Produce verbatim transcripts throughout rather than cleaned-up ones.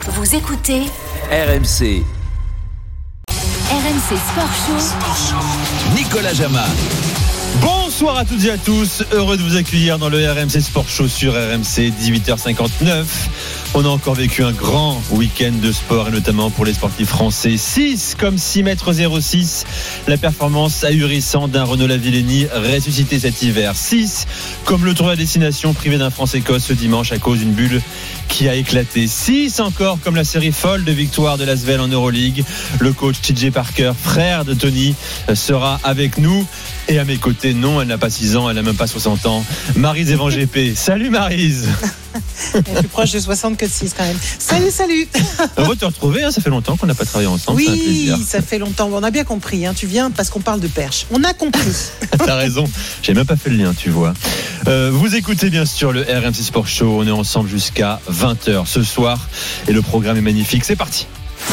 Vous écoutez R M C. R M C Sport Show. Sport Show. Nicolas Jamin. Bonsoir à toutes et à tous, heureux de vous accueillir dans le R M C Sport Show sur R M C, dix-huit heures cinquante-neuf. On a encore vécu un grand week-end de sport et notamment pour les sportifs français. six comme six mètres zéro six, la performance ahurissante d'un Renaud Lavillenie ressuscité cet hiver. six comme le tour de la destination privé d'un France-Écosse ce dimanche à cause d'une bulle qui a éclaté. six encore comme la série folle de victoires de l'Asvel en Euroleague. Le coach T J Parker, frère de Tony, sera avec nous. Et à mes côtés, non, elle n'a pas six ans, elle n'a même pas soixante ans. Maryse Evan G P. Salut Maryse. Elle est plus proche de soixante que de six quand même. Salut, salut. Heureux de te retrouver, hein, ça fait longtemps qu'on n'a pas travaillé ensemble. Oui, c'est un plaisir. Ça fait longtemps. On a bien compris, hein. Tu viens parce qu'on parle de perche. On a compris. T'as raison, j'ai même pas fait le lien, tu vois. Euh, vous écoutez bien sûr le R M C Sport Show, on est ensemble jusqu'à vingt heures ce soir et le programme est magnifique, c'est parti.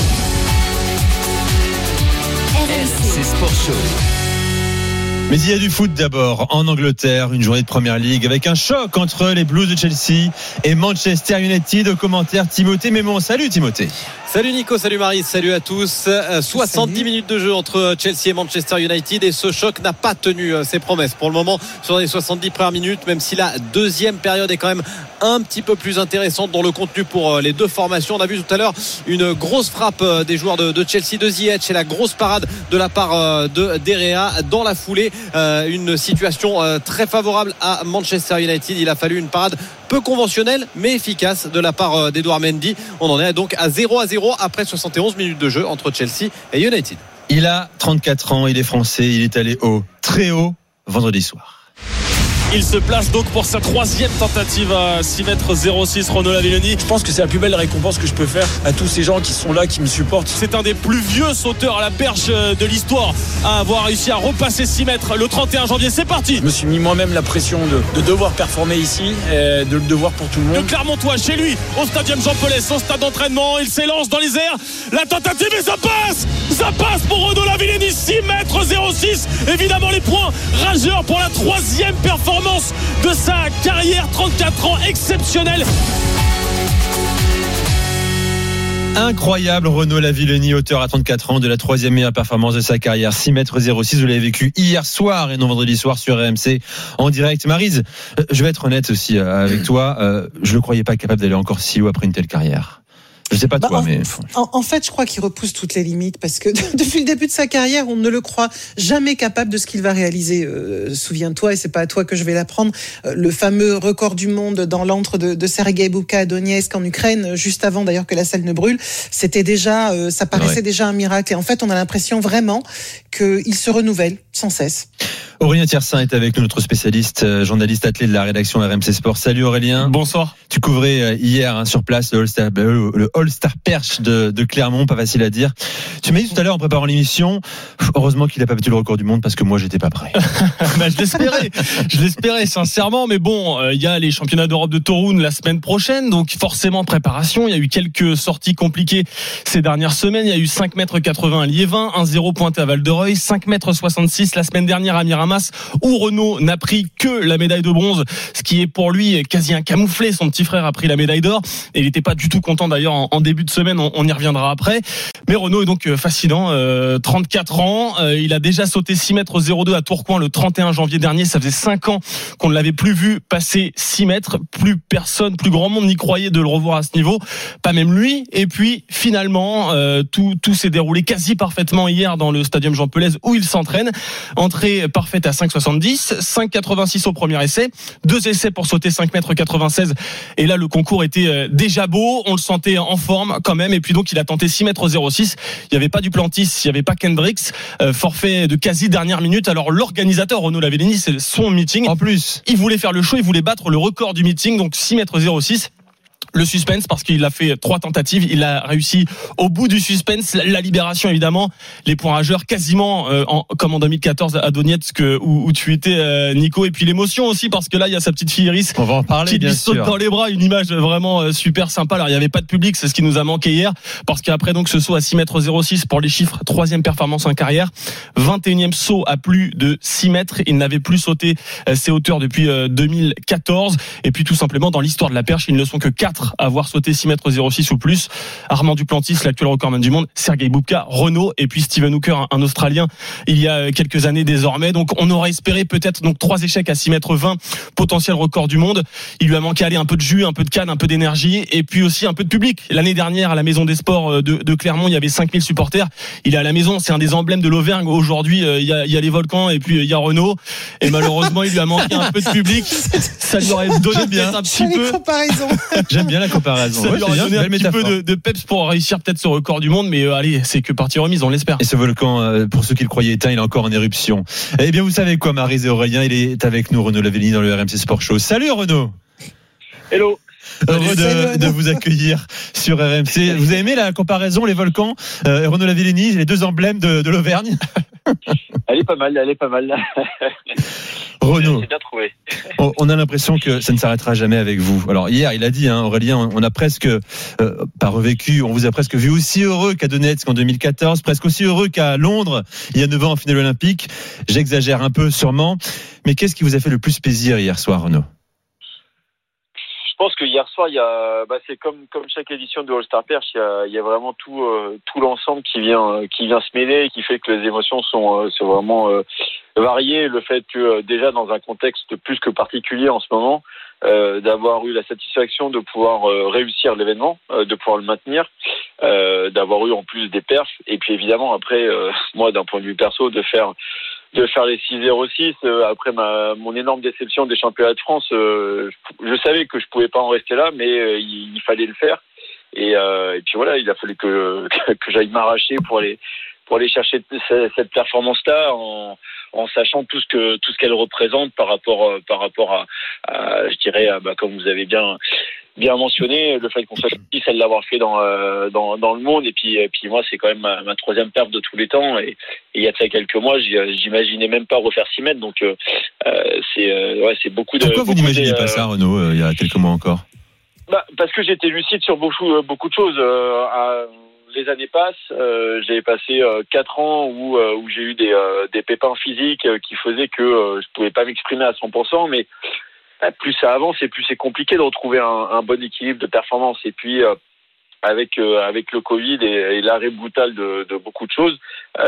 R M C Sport Show. Mais il y a du foot d'abord en Angleterre, une journée de Première Ligue avec un choc entre les Blues de Chelsea et Manchester United. Au commentaire Timothée Mémon. Salut Timothée. Salut Nico, salut Marie, salut à tous. soixante-dix salut. minutes de jeu entre Chelsea et Manchester United et ce choc n'a pas tenu ses promesses pour le moment sur les soixante-dix premières minutes, même si la deuxième période est quand même un petit peu plus intéressante dans le contenu pour les deux formations. On a vu tout à l'heure une grosse frappe des joueurs de, de Chelsea, de Ziyech, et la grosse parade de la part de Derrea dans la foulée. Une situation très favorable à Manchester United. Il a fallu une parade peu conventionnelle mais efficace de la part d'Edouard Mendy. On en est donc à zéro à zéro après soixante et onze minutes de jeu entre Chelsea et United. Il a trente-quatre ans, il est français, il est allé haut, très haut, vendredi soir. Il se place donc pour sa troisième tentative à six mètres zéro six, Renaud Lavillenie. Je pense que c'est la plus belle récompense que je peux faire à tous ces gens qui sont là, qui me supportent. C'est un des plus vieux sauteurs à la perche de l'histoire à avoir réussi à repasser six mètres le trente et un janvier. C'est parti. Je me suis mis moi-même la pression de, de devoir performer ici, et de le devoir pour tout le De monde. Clermontois chez lui, au stadium Jean Paulès, son stade d'entraînement. Il s'élance dans les airs. La tentative et ça passe. Ça passe pour Renaud Lavillenie. six mètres zéro six. Évidemment les points rageurs pour la troisième performance de sa carrière, trente-quatre ans, exceptionnelle. Incroyable Renaud Lavillenie, auteur à trente-quatre ans de la troisième meilleure performance de sa carrière, six mètres zéro six. Vous l'avez vécu hier soir et non vendredi soir sur R M C en direct. Maryse, je vais être honnête aussi avec toi, je ne le croyais pas capable d'aller encore si haut après une telle carrière. Je sais pas Bah, toi, en, mais en, en fait, je crois qu'il repousse toutes les limites parce que depuis le début de sa carrière, on ne le croit jamais capable de ce qu'il va réaliser. Euh, souviens-toi, et c'est pas à toi que je vais l'apprendre, euh, le fameux record du monde dans l'antre de, de Sergueï Bouka à Donetsk en Ukraine, juste avant d'ailleurs que la salle ne brûle. C'était déjà, euh, ça paraissait ouais. déjà un miracle. Et en fait, on a l'impression vraiment qu'il se renouvelle sans cesse. Aurélien Tiersin est avec nous, notre spécialiste, euh, journaliste athlète de la rédaction R M C Sport. Salut Aurélien. Bonsoir. Tu couvrais euh, hier hein, sur place le All-Star, euh, le All-Star Perche de, de Clermont, pas facile à dire. Tu m'as dit tout à l'heure en préparant l'émission, heureusement qu'il n'a pas battu le record du monde parce que moi j'étais pas prêt. bah, je l'espérais, je l'espérais sincèrement, mais bon, il euh, y a les championnats d'Europe de Toruń la semaine prochaine, donc forcément préparation. Il y a eu quelques sorties compliquées ces dernières semaines. Il y a eu cinq mètres quatre-vingts à Liévin, un zéro pointé à Val-de-Reuil, cinq mètres soixante-six la semaine dernière à Miramas, où Renaud n'a pris que la médaille de bronze, ce qui est pour lui quasi un camouflet. Son petit frère a pris la médaille d'or et il n'était pas du tout content d'ailleurs en, en début de semaine, on, on y reviendra après. Mais Renaud est donc fascinant, euh, trente-quatre ans, euh, il a déjà sauté six mètres zéro deux à Tourcoing le trente et un janvier dernier. Ça faisait cinq ans qu'on ne l'avait plus vu passer six mètres, plus personne, plus grand monde n'y croyait de le revoir à ce niveau, pas même lui. Et puis finalement euh, tout, tout s'est déroulé quasi parfaitement hier dans le stadium Jean Paulès où il s'entraîne. Entrée parfaite à cinq soixante-dix, cinq quatre-vingt-six au premier essai, deux essais pour sauter cinq mètres quatre-vingt-seize, et là le concours était déjà beau, on le sentait en forme quand même. Et puis donc il a tenté six mètres zéro six, il n'y avait pas Duplantis, il n'y avait pas Kendricks, euh, forfait de quasi dernière minute. Alors l'organisateur Renaud Lavillenie, c'est son meeting, en plus il voulait faire le show, il voulait battre le record du meeting, donc six mètres zéro six. Le suspense, parce qu'il a fait trois tentatives, il a réussi au bout du suspense, la libération évidemment, les points rageurs quasiment euh, en, comme en deux mille quatorze à Donetsk où, où tu étais euh, Nico, et puis l'émotion aussi parce que là il y a sa petite fille Iris, on va en parler, qui bien lui sûr. saute dans les bras, une image vraiment euh, super sympa. Alors il n'y avait pas de public, c'est ce qui nous a manqué hier, parce qu'après donc ce saut à six mètres zéro six pour les chiffres, troisième performance en carrière, vingt et unième saut à plus de six mètres, il n'avait plus sauté euh, ces hauteurs depuis euh, deux mille quatorze, et puis tout simplement dans l'histoire de la perche, ils ne sont que quatre quatre à avoir sauté six mètres zéro six ou plus. Armand Duplantis, l'actuel recordman du monde, Sergei Bubka, Renaud et puis Steven Hooker, un, un Australien, il y a quelques années désormais. Donc on aurait espéré peut-être donc trois échecs à six mètres vingt, potentiel record du monde. Il lui a manqué aller un peu de jus, un peu de canne, un peu d'énergie et puis aussi un peu de public. L'année dernière à la Maison des Sports de, de Clermont, il y avait cinq mille supporters. Il est à la maison, c'est un des emblèmes de l'Auvergne. Aujourd'hui, il y a, il y a les Volcans et puis il y a Renaud. Et malheureusement, il lui a manqué un peu de public. Ça lui aurait donné bien un petit peu. J'aime bien la comparaison. Ça Ouais, lui aurait bien, donné un petit métaphore. peu de, de peps pour réussir peut-être ce record du monde. Mais euh, allez, c'est que partie remise, on l'espère. Et ce volcan, euh, pour ceux qui le croyaient éteint, il est encore en éruption. Eh bien, vous savez quoi, Maryse et Aurélien, il est avec nous, Renaud Lavellini, dans le R M C Sport Show. Salut Renaud. Hello. Heureux de, de vous accueillir sur R M C. Vous avez aimé la comparaison, les volcans, euh, Renaud Lavellini, les deux emblèmes de, de l'Auvergne? Elle est pas mal, elle est pas mal. Renaud, c'est bien trouvé. on a l'impression que ça ne s'arrêtera jamais avec vous. Alors hier, il a dit, hein, Aurélien, on a presque euh, pas revécu, on vous a presque vu aussi heureux qu'à Donetsk en deux mille quatorze, presque aussi heureux qu'à Londres il y a neuf ans en finale olympique. J'exagère un peu sûrement, mais qu'est-ce qui vous a fait le plus plaisir hier soir, Renaud? Je pense que hier soir, il y a, bah, c'est comme comme chaque édition de All Star Perche, il y a, il y a vraiment tout euh, tout l'ensemble qui vient qui vient se mêler et qui fait que les émotions sont euh, sont vraiment euh, variées. Le fait que euh, déjà dans un contexte plus que particulier en ce moment, euh, d'avoir eu la satisfaction de pouvoir euh, réussir l'événement, euh, de pouvoir le maintenir, euh, d'avoir eu en plus des perfs, et puis évidemment après euh, moi d'un point de vue perso de faire de faire les six zéro six euh, après ma mon énorme déception des championnats de France. Euh, je, je savais que je pouvais pas en rester là, mais euh, il, il fallait le faire. Et, euh, et puis voilà, il a fallu que que j'aille m'arracher pour aller pour aller chercher cette performance-là, en, en sachant tout ce que tout ce qu'elle représente par rapport par rapport à, à je dirais à, bah, comme vous avez bien bien mentionné, le fait qu'on soit petit, c'est de l'avoir fait dans, euh, dans dans le monde. Et puis et puis moi, c'est quand même ma, ma troisième perf de tous les temps. Et, et il y a de ça quelques mois, j'imaginais même pas refaire six mètres. Donc euh, c'est euh, ouais, c'est beaucoup de. Pourquoi vous n'imaginiez euh, pas ça, Renaud, euh, il y a quelques mois encore? Bah, parce que j'étais lucide sur beaucoup beaucoup de choses. Euh, à, les années passent. Euh, j'ai passé euh, quatre ans où euh, où j'ai eu des euh, des pépins physiques euh, qui faisaient que euh, je pouvais pas m'exprimer à cent pour cent, mais plus ça avance et plus c'est compliqué de retrouver un, un bon équilibre de performance. Et puis euh, avec euh, avec le Covid et, et l'arrêt brutal de, de beaucoup de choses,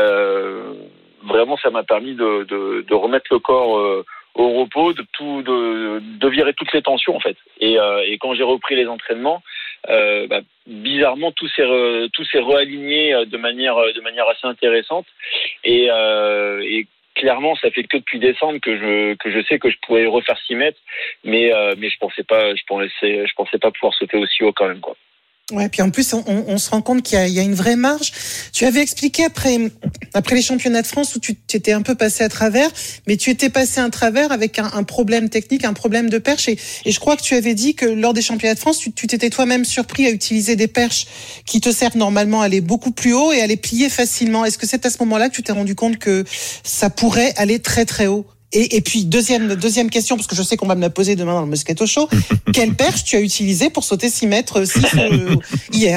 euh, vraiment ça m'a permis de, de, de remettre le corps euh, au repos, de tout, de, de virer toutes les tensions en fait. Et, euh, et quand j'ai repris les entraînements, euh, bah, bizarrement tout s'est re, tout s'est réaligné de manière de manière assez intéressante. Et, euh, et clairement, ça fait que depuis décembre que je que je sais que je pourrais refaire six mètres, mais euh, mais je pensais pas, je pensais je pensais pas pouvoir sauter aussi haut quand même quoi. Ouais, puis en plus, on, on se rend compte qu'il y a, il y a une vraie marge. Tu avais expliqué après, après les championnats de France où tu étais un peu passé à travers, mais tu étais passé à travers avec un, un problème technique, un problème de perche. Et, et je crois que tu avais dit que lors des championnats de France, tu, tu t'étais toi-même surpris à utiliser des perches qui te servent normalement à aller beaucoup plus haut et à les plier facilement. Est-ce que c'est à ce moment-là que tu t'es rendu compte que ça pourrait aller très très haut? Et, et puis, deuxième, deuxième question, parce que je sais qu'on va me la poser demain dans le Moscato Show. Quelle perche tu as utilisé pour sauter six mètres six euh, hier?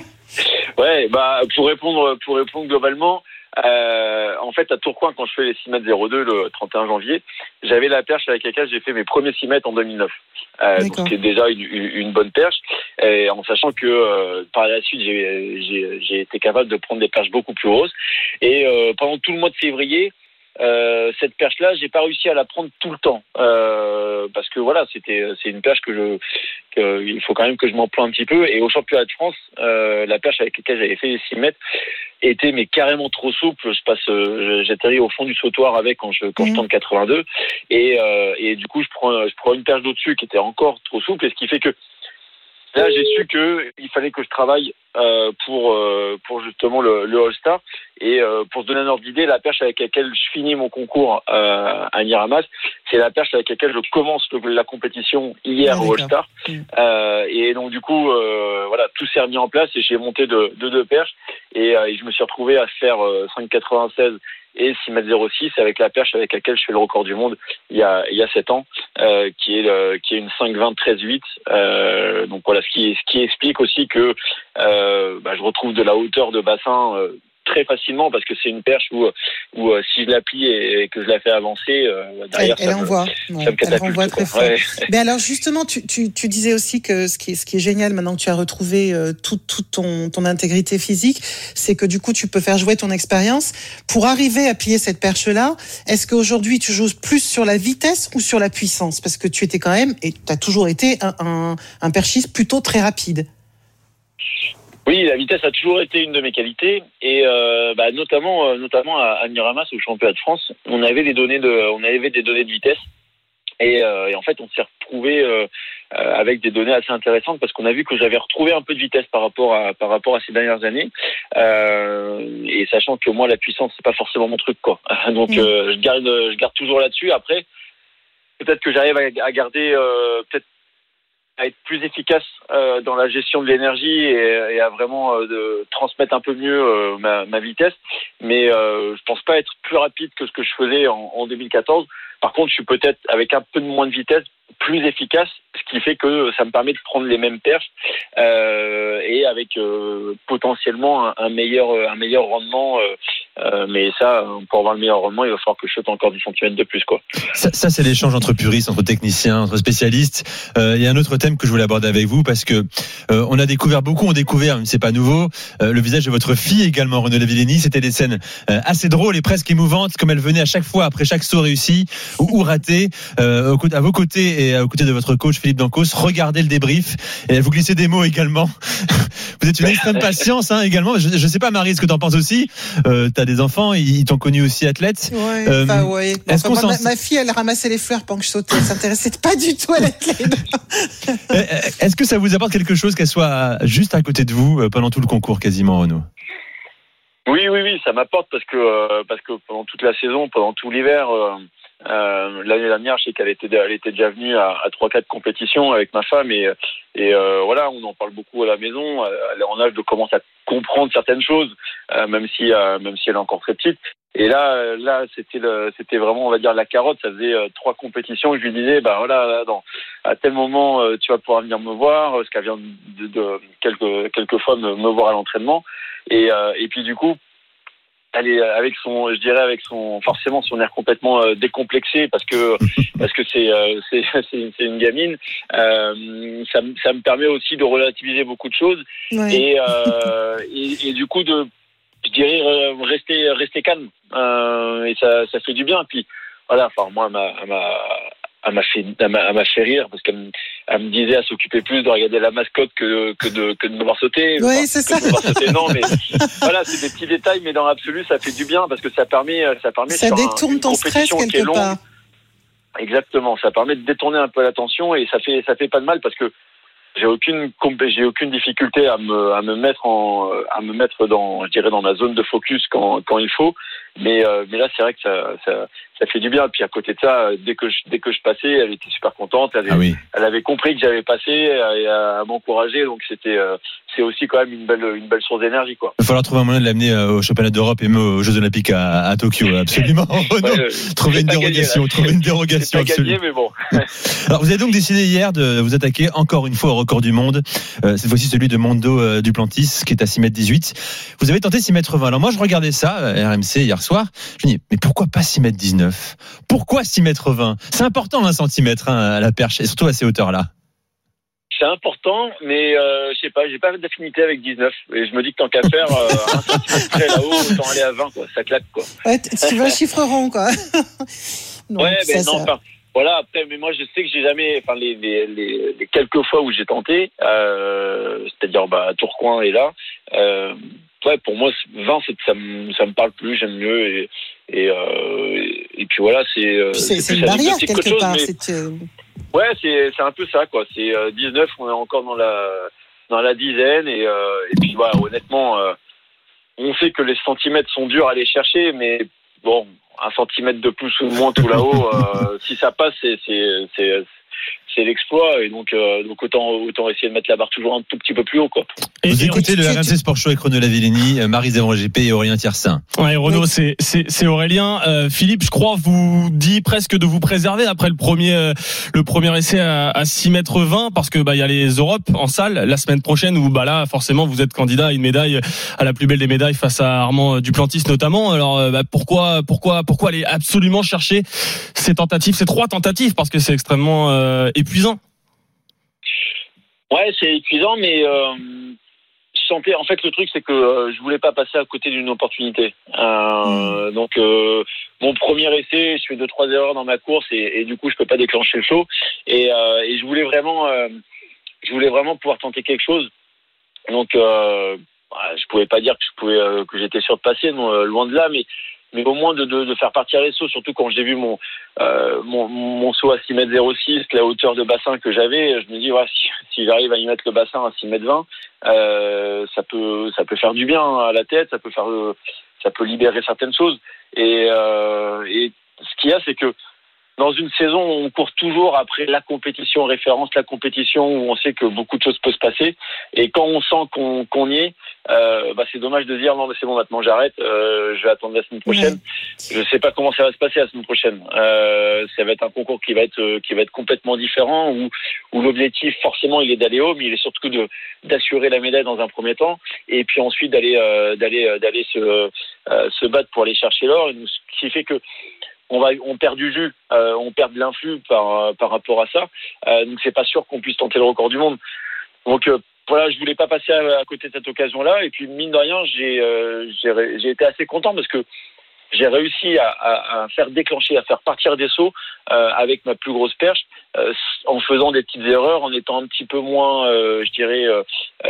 Ouais, bah, pour répondre, pour répondre globalement, euh, en fait, à Tourcoing, quand je fais les six mètres zéro deux le trente et un janvier, j'avais la perche avec laquelle j'ai fait mes premiers six mètres en deux mille neuf. Euh, donc c'était déjà une, une bonne perche, et en sachant que euh, par la suite j'ai, j'ai, j'ai été capable de prendre des perches beaucoup plus grosses. Et euh, pendant tout le mois de février, Euh, cette perche-là, j'ai pas réussi à la prendre tout le temps euh, parce que voilà, c'était c'est une perche que je que, il faut quand même que je m'emploie un petit peu. Et au championnat de France, euh, la perche avec laquelle j'avais fait les six mètres était mais carrément trop souple. Je passe, euh, j'atterris au fond du sautoir avec quand je quand mmh. je tente quatre-vingt-deux et euh, et du coup je prends je prends une perche d'au-dessus qui était encore trop souple, et ce qui fait que là, j'ai su que il fallait que je travaille euh, pour euh, pour justement le, le All-Star. Et euh, pour se donner un ordre d'idée, la perche avec laquelle je finis mon concours euh, à Miramas, c'est la perche avec laquelle je commence le, la compétition hier ah, au All-Star. Mmh. Euh, et donc du coup, euh, voilà, tout s'est remis en place et j'ai monté de, de deux perches. Et, euh, et je me suis retrouvé à faire euh, cinq quatre-vingt-seize et six mètres zéro six avec la perche avec laquelle je fais le record du monde il y a il y a sept ans, euh, qui est le, qui est une cinq vingt treize huit. Euh, donc voilà, ce qui ce qui explique aussi que euh, bah, je retrouve de la hauteur de bassin euh, très facilement parce que c'est une perche où, où euh, si je la plie et, et que je la fais avancer, euh, derrière elle, elle ça, envoie. me, Ouais, ça me elle renvoie catapulte. très fort. Ouais. Mais alors justement, tu, tu, tu disais aussi que ce qui est, ce qui est génial maintenant que tu as retrouvé euh, toute tout ton, ton intégrité physique, c'est que du coup tu peux faire jouer ton expérience. Pour arriver à plier cette perche-là, est-ce qu'aujourd'hui tu joues plus sur la vitesse ou sur la puissance ? Parce que tu étais quand même, et tu as toujours été un, un, un perchiste plutôt très rapide. Oui, la vitesse a toujours été une de mes qualités et euh, bah, notamment, euh, notamment à, à Miramas au championnat de France, on avait des données de, on avait des données de vitesse et, euh, et en fait on s'est retrouvé euh, euh, avec des données assez intéressantes parce qu'on a vu que j'avais retrouvé un peu de vitesse par rapport à par rapport à ces dernières années euh, et sachant que moi la puissance c'est pas forcément mon truc quoi. Donc mmh. euh, je garde je garde toujours là-dessus. Après peut-être que j'arrive à, à garder euh, peut-être à être plus efficace euh, dans la gestion de l'énergie et, et à vraiment euh, de transmettre un peu mieux euh, ma, ma vitesse. Mais euh, je pense pas être plus rapide que ce que je faisais en, en deux mille quatorze. Par contre, je suis peut-être avec un peu de moins de vitesse plus efficace, ce qui fait que ça me permet de prendre les mêmes perches euh, et avec euh, potentiellement un, un meilleur un meilleur rendement. Euh, euh, mais ça, pour avoir le meilleur rendement, il va falloir que je saute encore dix centimètres de plus, quoi. Ça, ça c'est l'échange entre puristes, entre techniciens, entre spécialistes. Euh, il y a un autre thème que je voulais aborder avec vous parce que euh, on a découvert beaucoup, on a découvert, même c'est pas nouveau, euh, le visage de votre fille également, Renaud Lavillenie. C'était des scènes euh, assez drôles et presque émouvantes, comme elle venait à chaque fois après chaque saut réussi ou, ou raté, euh, à vos côtés et aux côtés de votre coach Philippe Dancos, regardez le débrief et elle vous glissez des mots également. Vous êtes une extrême patience hein, également. Je, je sais pas Marie, ce que t'en penses aussi. Euh, t'as des enfants, ils, ils t'ont connu aussi athlète. Ouais, euh, enfin, ouais. Bon, est-ce enfin, qu'on ma, s'en... ma fille, elle ramassait les fleurs pendant que je sautais. Elle s'intéressait pas du tout à l'athlète. Est-ce que ça vous apporte quelque chose qu'elle soit juste à côté de vous pendant tout le concours quasiment, Renaud ? Oui, oui, oui, ça m'apporte parce que euh, parce que pendant toute la saison, pendant tout l'hiver. Euh... Euh, l'année dernière, je sais qu'elle était, elle était déjà venue à, à trois quatre compétitions avec ma femme et, et euh, voilà, on en parle beaucoup à la maison. Elle est en âge de commencer à comprendre certaines choses, euh, même si, euh, même si elle est encore très petite. Et là, là, c'était le, c'était vraiment, on va dire, la carotte. Ça faisait euh, trois compétitions. Je lui disais, bah voilà, là, dans, à tel moment, euh, tu vas pouvoir venir me voir, parce qu'elle vient de, de, de quelques, quelques fois me, me voir à l'entraînement. Et, euh, et puis du coup. Elle est avec son, je dirais avec son, forcément son air complètement euh, décomplexé parce que parce que c'est euh, c'est, c'est c'est une gamine. Euh, ça ça me permet aussi de relativiser beaucoup de choses ouais. et, euh, et et du coup de, je dirais rester rester calme euh, et ça ça fait du bien. Puis voilà, enfin moi ma ma elle m'a fait, elle m'a, elle m'a fait rire parce qu'elle me, elle me disait à s'occuper plus de regarder la mascotte que, que de, que de me voir sauter. Oui, enfin, c'est que ça. De me voir sauter, non, mais voilà, c'est des petits détails, mais dans l'absolu, ça fait du bien parce que ça permet, ça permet ça détourne un, ton stress quelque part. Exactement. Ça permet de détourner un peu l'attention et ça fait, ça fait pas de mal parce que j'ai aucune, j'ai aucune difficulté à me, à me mettre en, à me mettre dans, je dirais, dans ma zone de focus quand, quand il faut. Mais, euh, mais là, c'est vrai que ça, ça, ça fait du bien. Et puis à côté de ça, dès que je, dès que je passais, elle était super contente. Elle avait, ah oui. elle avait compris que j'avais passé et à, à m'encourager. Donc c'était, euh, c'est aussi quand même une belle, une belle source d'énergie, quoi. Il va falloir trouver un moyen de l'amener au championnat d'Europe et même aux Jeux Olympiques à, à Tokyo, absolument. Oh, non. Ouais, trouver une dérogation, gagné, trouver une dérogation. C'est pas gagné, mais bon. Alors vous avez donc décidé hier de vous attaquer encore une fois au record du monde. Euh, cette fois-ci celui de Mondo euh, Duplantis, qui est à six mètres dix-huit. Vous avez tenté six mètres vingt. Alors moi je regardais ça, R M C hier soir. Je me dis, mais pourquoi pas six mètres dix-neuf? Pourquoi six mètres vingt? C'est important un centimètre hein, à la perche, et surtout à ces hauteurs-là. C'est important, mais euh, je sais pas, j'ai pas d'affinité avec dix-neuf. Et je me dis que tant qu'à faire, euh, un centimètre près là-haut, autant aller à vingt, quoi. Ça claque, quoi. Ouais, tu veux un chiffre rond, quoi. Non, ouais, mais ça, non, enfin, voilà, après, mais moi, je sais que j'ai jamais, enfin, les, les, les, les quelques fois où j'ai tenté, euh, c'est-à-dire, bah, à Tourcoing et là, euh, ouais, pour moi, vingt, c'est, ça me, ça me parle plus, j'aime mieux, et, et, euh, et puis voilà, c'est, c'est, c'est, c'est une barrière quelque chose, part, mais, c'est, euh... ouais, c'est, c'est un peu ça, quoi. C'est euh, dix-neuf, on est encore dans la, dans la dizaine, et, euh, et puis voilà, honnêtement, euh, on sait que les centimètres sont durs à aller chercher, mais bon, un centimètre de plus ou de moins tout là-haut, euh, si ça passe, c'est, c'est, c'est, c'est l'exploit, et donc, euh, donc autant, autant essayer de mettre la barre toujours un tout petit peu plus haut, quoi. Et, Vous et écoutez le tu- R M C Sport Show avec Renaud Lavillenie, Marie Zéron G P et Aurélien Tiersin. Ouais, Renaud, Oui. c'est, c'est, c'est Aurélien. Euh, Philippe, je crois, vous dit presque de vous préserver après le premier, euh, le premier essai à, à six mètres vingt, parce que bah il y a les Europes en salle la semaine prochaine où bah là forcément vous êtes candidat à une médaille, à la plus belle des médailles face à Armand Duplantis notamment. Alors euh, bah, pourquoi, pourquoi, pourquoi aller absolument chercher ces tentatives, ces trois tentatives, parce que c'est extrêmement euh, épuisant. Ouais, c'est épuisant, mais euh, je sentais. En fait, le truc, c'est que euh, je voulais pas passer à côté d'une opportunité. Euh, mmh. Donc, euh, mon premier essai, je fais deux trois erreurs dans ma course et, et du coup, je peux pas déclencher le show. Et, euh, et je voulais vraiment, euh, je voulais vraiment pouvoir tenter quelque chose. Donc, euh, je pouvais pas dire que je pouvais, euh, que j'étais sûr de passer, non, euh, loin de là, mais. Mais au moins de, de, de faire partir les sauts, surtout quand j'ai vu mon, euh, mon, mon saut à six mètres zéro six, la hauteur de bassin que j'avais, je me dis, ouais, si, si j'arrive à y mettre le bassin à six mètres vingt, euh, ça peut, ça peut faire du bien à la tête, ça peut faire, ça peut libérer certaines choses. Et, euh, et ce qu'il y a, c'est que dans une saison, on court toujours après la compétition référence, la compétition où on sait que beaucoup de choses peuvent se passer. Et quand on sent qu'on, qu'on y est, euh, bah c'est dommage de dire non, mais c'est bon, maintenant j'arrête. Euh, je vais attendre la semaine prochaine. Ouais. Je sais pas comment ça va se passer la semaine prochaine. Euh, ça va être un concours qui va être qui va être complètement différent, où où l'objectif forcément il est d'aller haut, mais il est surtout de d'assurer la médaille dans un premier temps, et puis ensuite d'aller euh, d'aller d'aller se euh, se battre pour aller chercher l'or. Ce qui fait que on va, on perd du jus, euh, on perd de l'influx par par rapport à ça. Euh, donc c'est pas sûr qu'on puisse tenter le record du monde. Donc euh, voilà, je voulais pas passer à, à côté de cette occasion-là. Et puis mine de rien, j'ai euh, j'ai, j'ai été assez content parce que j'ai réussi à, à, à faire déclencher, à faire partir des sauts euh, avec ma plus grosse perche, euh, en faisant des petites erreurs, en étant un petit peu moins, euh, je dirais, euh,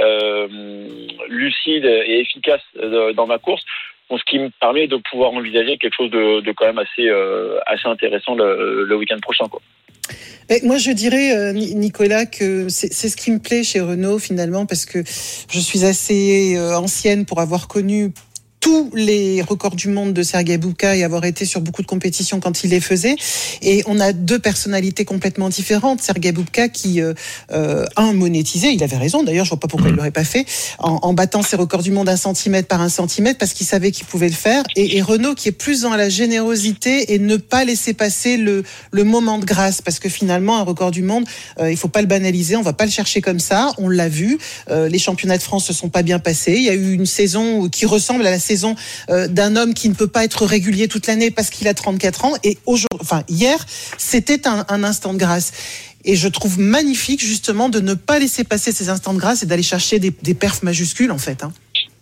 euh, lucide et efficace euh, dans ma course. Ce qui me permet de pouvoir envisager quelque chose de, de quand même assez, euh, assez intéressant le, le week-end prochain, quoi. Mais moi, je dirais, euh, Nicolas, que c'est, c'est ce qui me plaît chez Renaud, finalement, parce que je suis assez euh, ancienne pour avoir connu tous les records du monde de Sergei Bubka et avoir été sur beaucoup de compétitions quand il les faisait. Et on a deux personnalités complètement différentes. Sergei Bubka qui, euh, euh, un, monétisé, il avait raison, d'ailleurs, je vois pas pourquoi il l'aurait pas fait, en, en battant ses records du monde un centimètre par un centimètre, parce qu'il savait qu'il pouvait le faire. Et, et Renaud qui est plus dans la générosité et ne pas laisser passer le, le moment de grâce, parce que finalement, un record du monde, euh, il faut pas le banaliser, on va pas le chercher comme ça, on l'a vu. Euh, les championnats de France se sont pas bien passés. Il y a eu une saison qui ressemble à la saison d'un homme qui ne peut pas être régulier toute l'année parce qu'il a trente-quatre ans. Et aujourd'hui, enfin hier, c'était un, un instant de grâce. Et je trouve magnifique justement de ne pas laisser passer ces instants de grâce et d'aller chercher des, des perfs majuscules en fait. Hein.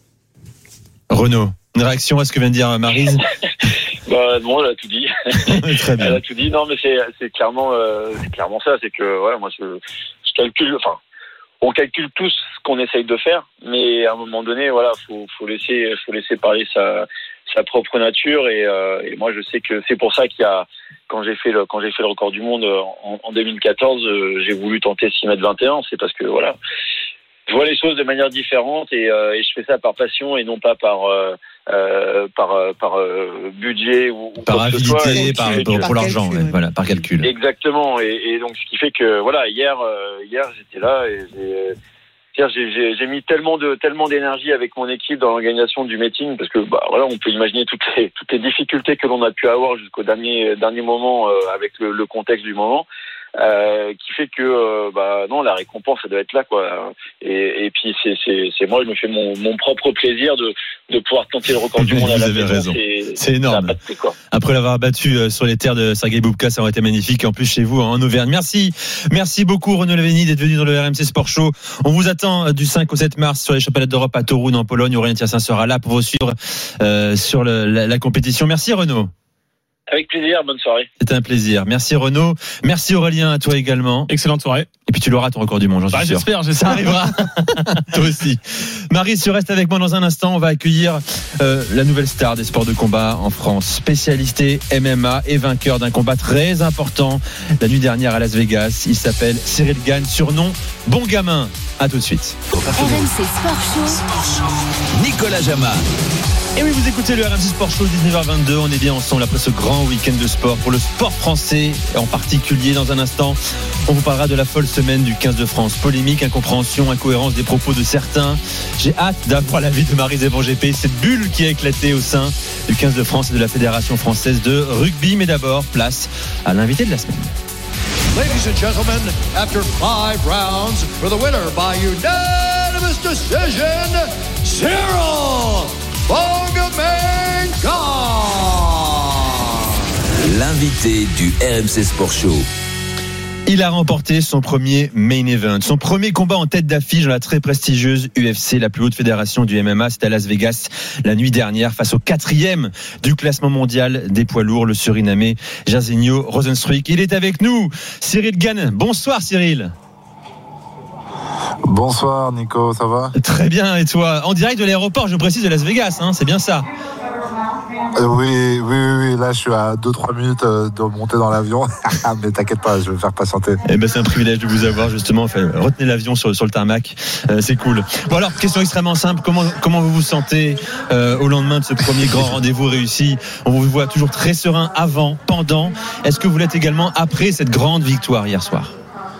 Renaud, une réaction à ce que vient de dire Maryse? Bah non, elle a tout dit. Très bien. Elle a tout dit. Non, mais c'est, c'est clairement, euh, c'est clairement ça. C'est que ouais, moi je, je calcule, enfin. On calcule tous ce qu'on essaye de faire, mais à un moment donné, voilà, faut, faut laisser, faut laisser parler sa, sa propre nature. Et, euh, et moi, je sais que c'est pour ça qu'il y a, quand j'ai fait le, quand j'ai fait le record du monde en, en deux mille quatorze, euh, j'ai voulu tenter six mètres vingt et un. C'est parce que voilà, je vois les choses de manière différente et, euh, et je fais ça par passion et non pas par, euh, euh, par, par euh, budget ou, ou par avidité, par, par, pour, par l'argent, calcul, ouais, ouais. Voilà, par calcul. Exactement. Et, et donc, ce qui fait que voilà, hier, euh, hier, j'étais là et j'ai, j'ai, j'ai, j'ai mis tellement de, tellement d'énergie avec mon équipe dans l'organisation du meeting parce que bah voilà, on peut imaginer toutes les, toutes les difficultés que l'on a pu avoir jusqu'au dernier, dernier moment euh, avec le, le contexte du moment. Euh, qui fait que euh, bah non, la récompense ça doit être là quoi. Et, et puis c'est c'est c'est moi je me fais mon, mon propre plaisir de de pouvoir tenter le record du monde à la maison. Raison. C'est, c'est énorme. Prix, quoi. Après l'avoir battu sur les terres de Sergei Bubka, ça aurait été magnifique. En plus chez vous en Auvergne. Merci, merci beaucoup Renaud Lavillenie d'être venu dans le R M C Sport Show. On vous attend du cinq au sept mars sur les championnats d'Europe à Toruń en Pologne. Aurélien Tiersin sera là pour vous suivre euh, sur le, la, la compétition. Merci Renaud. Avec plaisir, bonne soirée. C'était un plaisir. Merci Renaud. Merci Aurélien, à toi également. Excellente soirée. Et puis tu l'auras ton record du monde, j'en suis bah, sûr. J'espère, j'espère. Ça arrivera. Toi aussi. Marie, tu restes avec moi dans un instant. On va accueillir euh, la nouvelle star des sports de combat en France, spécialité M M A et vainqueur d'un combat très important la nuit dernière à Las Vegas. Il s'appelle Cyril Gane, surnom Bon Gamin. À tout de suite. R M C Sport Show. Nicolas Jamin. Et oui, vous écoutez le R M C Sport Show dix-neuf heures vingt-deux. On est bien ensemble après ce grand grand week-end de sport pour le sport français en particulier. Dans un instant, on vous parlera de la folle semaine du quinze de France. Polémique, incompréhension, incohérence des propos de certains. J'ai hâte d'avoir l'avis de Marie-Zévan G P, cette bulle qui a éclaté au sein du quinze de France et de la Fédération française de rugby. Mais d'abord, place à l'invité de la semaine. Ladies and gentlemen, after five rounds, for the winner by unanimous decision, Cyril Bongamenga. L'invité du R M C Sport Show. Il a remporté son premier main event, son premier combat en tête d'affiche dans la très prestigieuse U F C, la plus haute fédération du M M A. C'était à Las Vegas la nuit dernière face au quatrième du classement mondial des poids lourds, le Surinamais Jairzinho Rozenstruik. Il est avec nous, Cyril Gane. Bonsoir Cyril. Bonsoir Nico, ça va ? Très bien, et toi ? En direct de l'aéroport, je précise, de Las Vegas, hein, c'est bien ça ? Euh, oui, oui, oui, oui, là je suis à deux trois minutes de monter dans l'avion. Mais t'inquiète pas, je vais faire patienter. Eh ben, c'est un privilège de vous avoir justement. Enfin, retenez l'avion sur, sur le tarmac, euh, c'est cool. Bon alors, question extrêmement simple, comment, comment vous vous sentez euh, au lendemain de ce premier grand rendez-vous réussi ? On vous voit toujours très serein avant, pendant. Est-ce que vous l'êtes également après cette grande victoire hier soir ?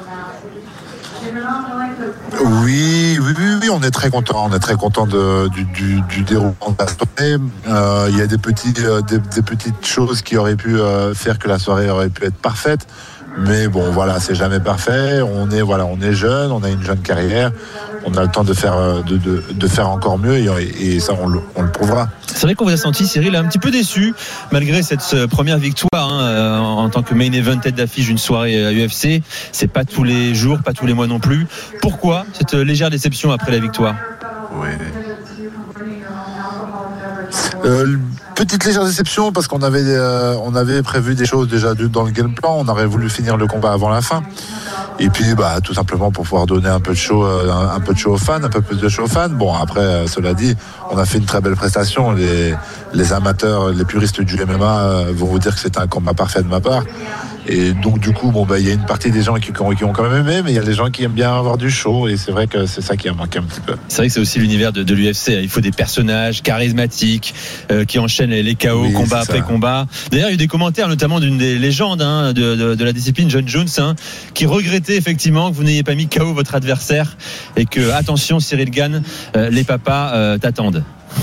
Oui, oui, oui, oui, on est très content. On est très content de, du, du, du déroulement de la soirée. Euh, il y a des, petits, euh, des, des petites choses qui auraient pu euh, faire que la soirée aurait pu être parfaite. Mais bon, voilà, c'est jamais parfait. On est, voilà, on est jeune, on a une jeune carrière. On a le temps de faire, de, de, de faire encore mieux et, et ça, on le, on le prouvera. C'est vrai qu'on vous a senti, Cyril, un petit peu déçu malgré cette première victoire hein, en tant que main event tête d'affiche d'une soirée à U F C. C'est pas tous les jours, pas tous les mois non plus. Pourquoi cette légère déception après la victoire ? Oui. Euh, petite légère déception parce qu'on avait, euh, on avait prévu des choses déjà dans le game plan. On aurait voulu finir le combat avant la fin. Et puis, bah, tout simplement pour pouvoir donner un peu de show, un, un peu de show aux fans, un peu plus de show aux fans. Bon, après, euh, cela dit, on a fait une très belle prestation. Les, les amateurs, les puristes du M M A euh, vont vous dire que c'est un combat parfait de ma part. Et donc, du coup, bon, bah, il y a une partie des gens qui, qui, ont, qui ont quand même aimé, mais il y a des gens qui aiment bien avoir du show. Et c'est vrai que c'est ça qui a manqué un petit peu. C'est vrai que c'est aussi l'univers de, de l'U F C. Il faut des personnages charismatiques euh, qui enchaînent les K O, oui, combat après ça. combat. D'ailleurs, il y a eu des commentaires, notamment d'une des légendes hein, de, de, de la discipline, John Jones, hein, qui regrettait effectivement que vous n'ayez pas mis K O votre adversaire et que, attention, Cyril Gane, euh, les papas euh, t'attendent.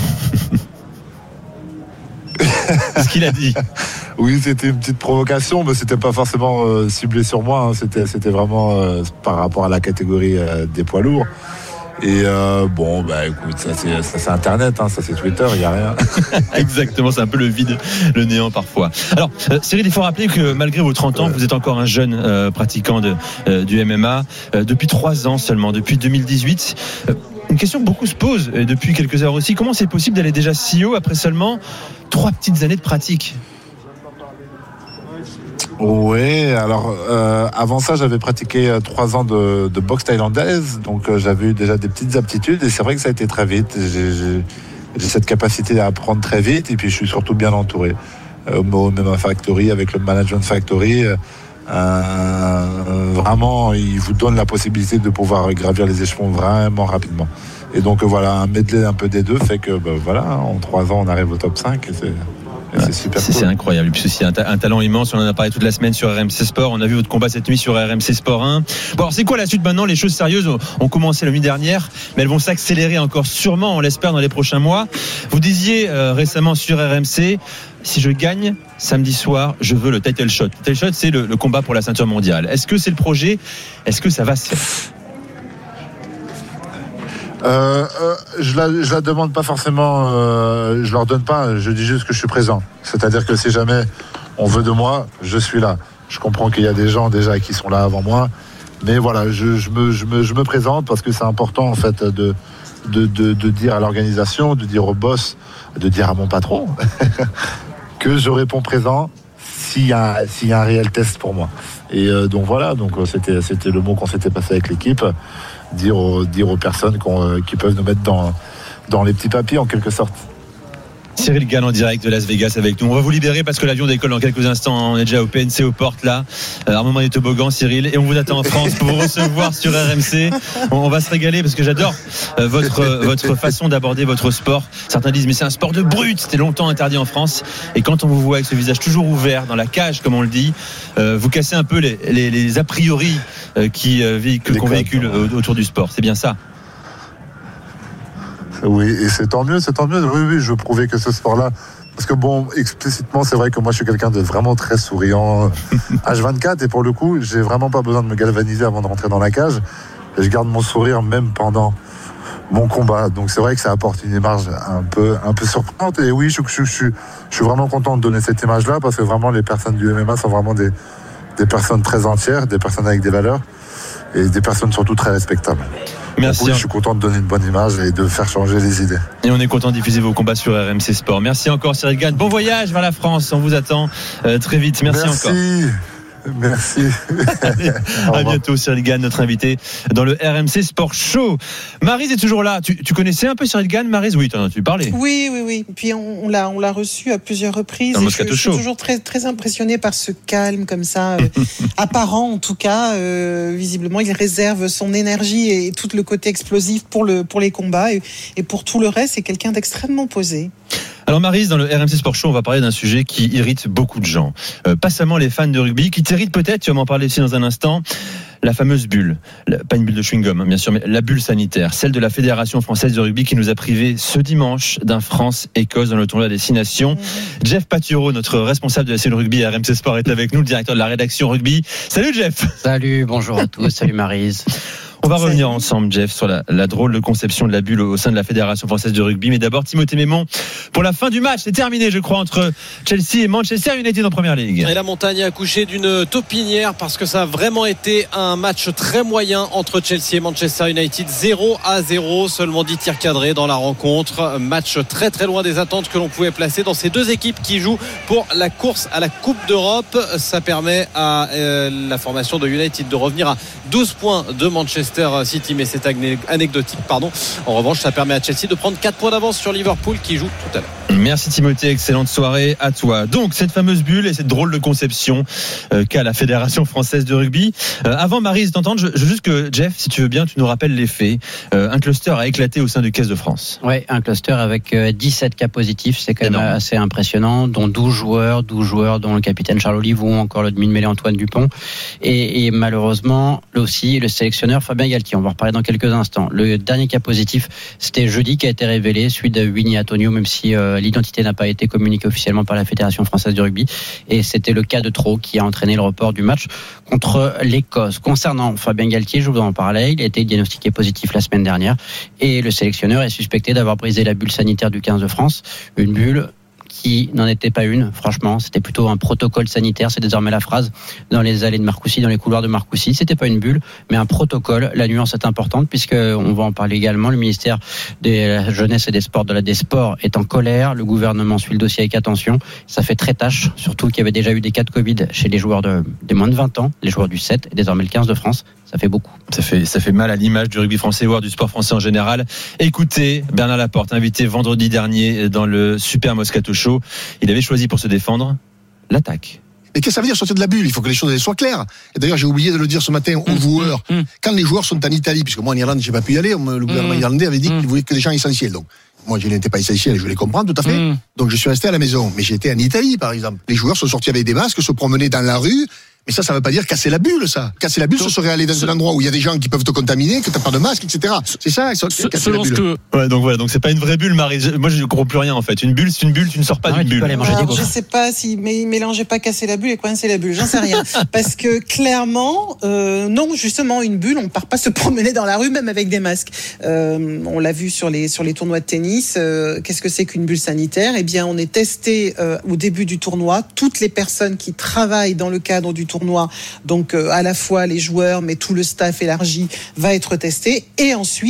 C'est ce qu'il a dit. Oui, c'était une petite provocation, mais c'était pas forcément euh, ciblé sur moi. Hein. C'était, c'était vraiment euh, par rapport à la catégorie euh, des poids lourds. Et euh, bon, bah écoute, ça c'est, ça c'est Internet, hein, ça c'est Twitter, il n'y a rien. Exactement, c'est un peu le vide, le néant parfois. Alors, euh, Cyril, il faut rappeler que malgré vos trente ans, vous êtes encore un jeune euh, pratiquant de, euh, du M M A, euh, depuis trois ans seulement, depuis deux mille dix-huit. Euh, une question que beaucoup se posent et depuis quelques heures aussi, comment c'est possible d'aller déjà si haut après seulement trois petites années de pratique ? Oui, alors euh, avant ça, j'avais pratiqué trois ans de, de boxe thaïlandaise, donc euh, j'avais eu déjà des petites aptitudes et c'est vrai que ça a été très vite. J'ai, j'ai, j'ai cette capacité à apprendre très vite et puis je suis surtout bien entouré. Euh, au M M A Factory, avec le Management Factory, euh, vraiment, ils vous donnent la possibilité de pouvoir gravir les échelons vraiment rapidement. Et donc voilà, un medley un peu des deux fait que ben, voilà, en trois ans, on arrive au top cinq et c'est... C'est, super c'est, cool. c'est incroyable. Puis c'est un, ta- un talent immense. On en a parlé toute la semaine sur R M C Sport. On a vu votre combat cette nuit sur R M C Sport un. Bon, alors c'est quoi la suite maintenant ? Les choses sérieuses ont commencé la nuit dernière, mais elles vont s'accélérer encore sûrement, on l'espère, dans les prochains mois. Vous disiez euh, récemment sur R M C, si je gagne samedi soir, je veux le title shot. Le title shot, c'est le, le combat pour la ceinture mondiale. Est-ce que c'est le projet ? Est-ce que ça va se faire ? Euh, euh, je la, je la demande pas forcément, euh, je leur donne pas, je dis juste que je suis présent. C'est-à-dire que si jamais on veut de moi, je suis là. Je comprends qu'il y a des gens déjà qui sont là avant moi, mais voilà, je, je, me, je, me, je me présente parce que c'est important en fait de, de, de, de dire à l'organisation, de dire au boss, de dire à mon patron que je réponds présent s'il y a, s'il y a un réel test pour moi. Et euh, donc voilà, donc c'était, c'était le mot qu'on s'était passé avec l'équipe. Dire aux, dire aux personnes qu'on, euh, qui peuvent nous mettre dans, dans les petits papiers en quelque sorte. Cyril Gall en direct de Las Vegas avec nous. On va vous libérer parce que l'avion décolle dans quelques instants. On est déjà au P N C aux portes là. Euh, un moment des toboggans, Cyril, et on vous attend en France pour vous recevoir sur R M C. On, on va se régaler parce que j'adore euh, votre euh, votre façon d'aborder votre sport. Certains disent mais c'est un sport de brute. C'était longtemps interdit en France. Et quand on vous voit avec ce visage toujours ouvert dans la cage, comme on le dit, euh, vous cassez un peu les les, les a priori euh, qui euh, véhicule, qu'on véhicule euh, autour du sport. C'est bien ça. Oui, et c'est tant mieux, c'est tant mieux. Oui, oui, je veux prouver que ce sport-là. Parce que bon, explicitement, c'est vrai que moi, je suis quelqu'un de vraiment très souriant H vingt-quatre. Et pour le coup, j'ai vraiment pas besoin de me galvaniser avant de rentrer dans la cage. Et je garde mon sourire même pendant mon combat. Donc c'est vrai que ça apporte une image un peu, un peu surprenante. Et oui, je, je, je, je, je suis vraiment content de donner cette image-là parce que vraiment, les personnes du M M A sont vraiment des, des personnes très entières, des personnes avec des valeurs et des personnes surtout très respectables. Merci. Oui, je suis content de donner une bonne image et de faire changer les idées. Et on est content de diffuser vos combats sur R M C Sport. Merci encore Cyril Gall. Bon voyage vers la France. On vous attend euh, très vite. Merci, Merci. encore. Merci. Allez, à bientôt Cyril Gall, notre invité dans le R M C Sport Show. Maryse est toujours là. Tu, tu connaissais un peu Cyril Gall, Maryse? Oui, t'en as-tu parlé? Oui, oui, oui. Puis on, on l'a, on l'a reçu à plusieurs reprises. Dans le et je, je suis toujours très, très impressionné par ce calme comme ça, euh, apparent en tout cas. Euh, visiblement, il réserve son énergie et tout le côté explosif pour le, pour les combats et, et pour tout le reste. C'est quelqu'un d'extrêmement posé. Alors Maryse, dans le R M C Sport Show, on va parler d'un sujet qui irrite beaucoup de gens. Euh, pas seulement les fans de rugby, qui t'irrite peut-être, tu vas m'en parler aussi dans un instant, la fameuse bulle. La, pas une bulle de chewing-gum, hein, bien sûr, mais la bulle sanitaire. Celle de la Fédération Française de Rugby qui nous a privés ce dimanche d'un France-Écosse dans le tournoi des Six Nations. Mmh. Jeff Patureau, notre responsable de la cellule rugby à R M C Sport, est avec nous, le directeur de la rédaction rugby. Salut Jeff. Salut, bonjour à tous, salut Maryse. On va revenir ensemble, Jeff, sur la, la drôle de conception de la bulle au sein de la Fédération Française de Rugby. Mais d'abord, Timothée Mémon, pour la fin du match, c'est terminé, je crois, entre Chelsea et Manchester United en Première Ligue. Et la montagne a accouché d'une taupinière parce que ça a vraiment été un match très moyen entre Chelsea et Manchester United. zéro à zéro, seulement dix tirs cadrés dans la rencontre. Match très très loin des attentes que l'on pouvait placer dans ces deux équipes qui jouent pour la course à la Coupe d'Europe. Ça permet à euh, la formation de United de revenir à douze points de Manchester City, mais c'est anecdotique, pardon. En revanche, ça permet à Chelsea de prendre quatre points d'avance sur Liverpool qui joue tout à l'heure. Merci Timothée, excellente soirée à toi. Donc cette fameuse bulle et cette drôle de conception euh, qu'a la Fédération Française de Rugby. Euh, avant Maryse d'entendre, je, je veux juste que Jeff, si tu veux bien, tu nous rappelles les faits. Euh, un cluster a éclaté au sein du Caisse de France. Oui, un cluster avec euh, dix-sept cas positifs, c'est quand même Énorme. Assez impressionnant, dont douze joueurs, douze joueurs dont le capitaine Charles Olive ou encore le demi-mêlée Antoine Dupont. Et, et malheureusement, là aussi, le sélectionneur Fabien Galtier, on va en reparler dans quelques instants. Le dernier cas positif, c'était jeudi qui a été révélé, celui de Winnie Antonio, même si euh, l'identité n'a pas été communiquée officiellement par la Fédération Française de Rugby. Et c'était le cas de trop qui a entraîné le report du match contre l'Écosse. Concernant Fabien Galtier, je vous en parlais, il a été diagnostiqué positif la semaine dernière et le sélectionneur est suspecté d'avoir brisé la bulle sanitaire du quinze de France, une bulle qui n'en était pas une, franchement, c'était plutôt un protocole sanitaire, c'est désormais la phrase dans les allées de Marcoussis, dans les couloirs de Marcoussis. C'était pas une bulle, mais un protocole. La nuance est importante puisque on va en parler également. Le ministère de la Jeunesse et des Sports, de la des Sports est en colère. Le gouvernement suit le dossier avec attention. Ça fait très tâche, surtout qu'il y avait déjà eu des cas de Covid chez les joueurs de, de moins de vingt ans, les joueurs du sept et désormais le quinze de France. Ça fait beaucoup. Ça fait, ça fait mal à l'image du rugby français, voire du sport français en général. Écoutez, Bernard Laporte, invité vendredi dernier dans le Super Moscato Show. Il avait choisi pour se défendre l'attaque. Mais qu'est-ce que ça veut dire sortir de la bulle? Il faut que les choses soient claires. Et d'ailleurs, j'ai oublié de le dire ce matin aux mmh, joueurs. Mmh. Quand les joueurs sont en Italie, puisque moi en Irlande, j'ai pas pu y aller, le gouvernement mmh. irlandais avait dit mmh. qu'il voulait que des gens essentiels. Donc, moi, je n'étais pas essentiel et je les comprends tout à fait. Mmh. Donc, je suis resté à la maison. Mais j'étais en Italie, par exemple. Les joueurs sont sortis avec des masques, se promenaient dans la rue. Mais ça, ça ne veut pas dire casser la bulle, ça. Casser la bulle, ce serait aller dans un endroit où il y a des gens qui peuvent te contaminer, que tu n'as pas de masque, et cetera. C'est ça, ça casser la bulle. Que... Ouais, donc voilà, donc c'est pas une vraie bulle, Marie. Moi, je ne comprends plus rien, en fait. Une bulle, c'est une bulle, tu ne sors pas ah, d'une bulle. Alors, je ne sais pas si, mais mélangez pas casser la bulle et coincer la bulle. J'en sais rien. Parce que clairement, euh, non, justement, une bulle, on ne part pas se promener dans la rue, même avec des masques. Euh, on l'a vu sur les, sur les tournois de tennis. Euh, qu'est-ce que c'est qu'une bulle sanitaire? Eh bien, on est testé euh, au début du tournoi. Toutes les personnes qui travaillent dans le cadre du tournoi, donc euh, à la fois les joueurs, mais tout le staff élargi va être testé. Et ensuite,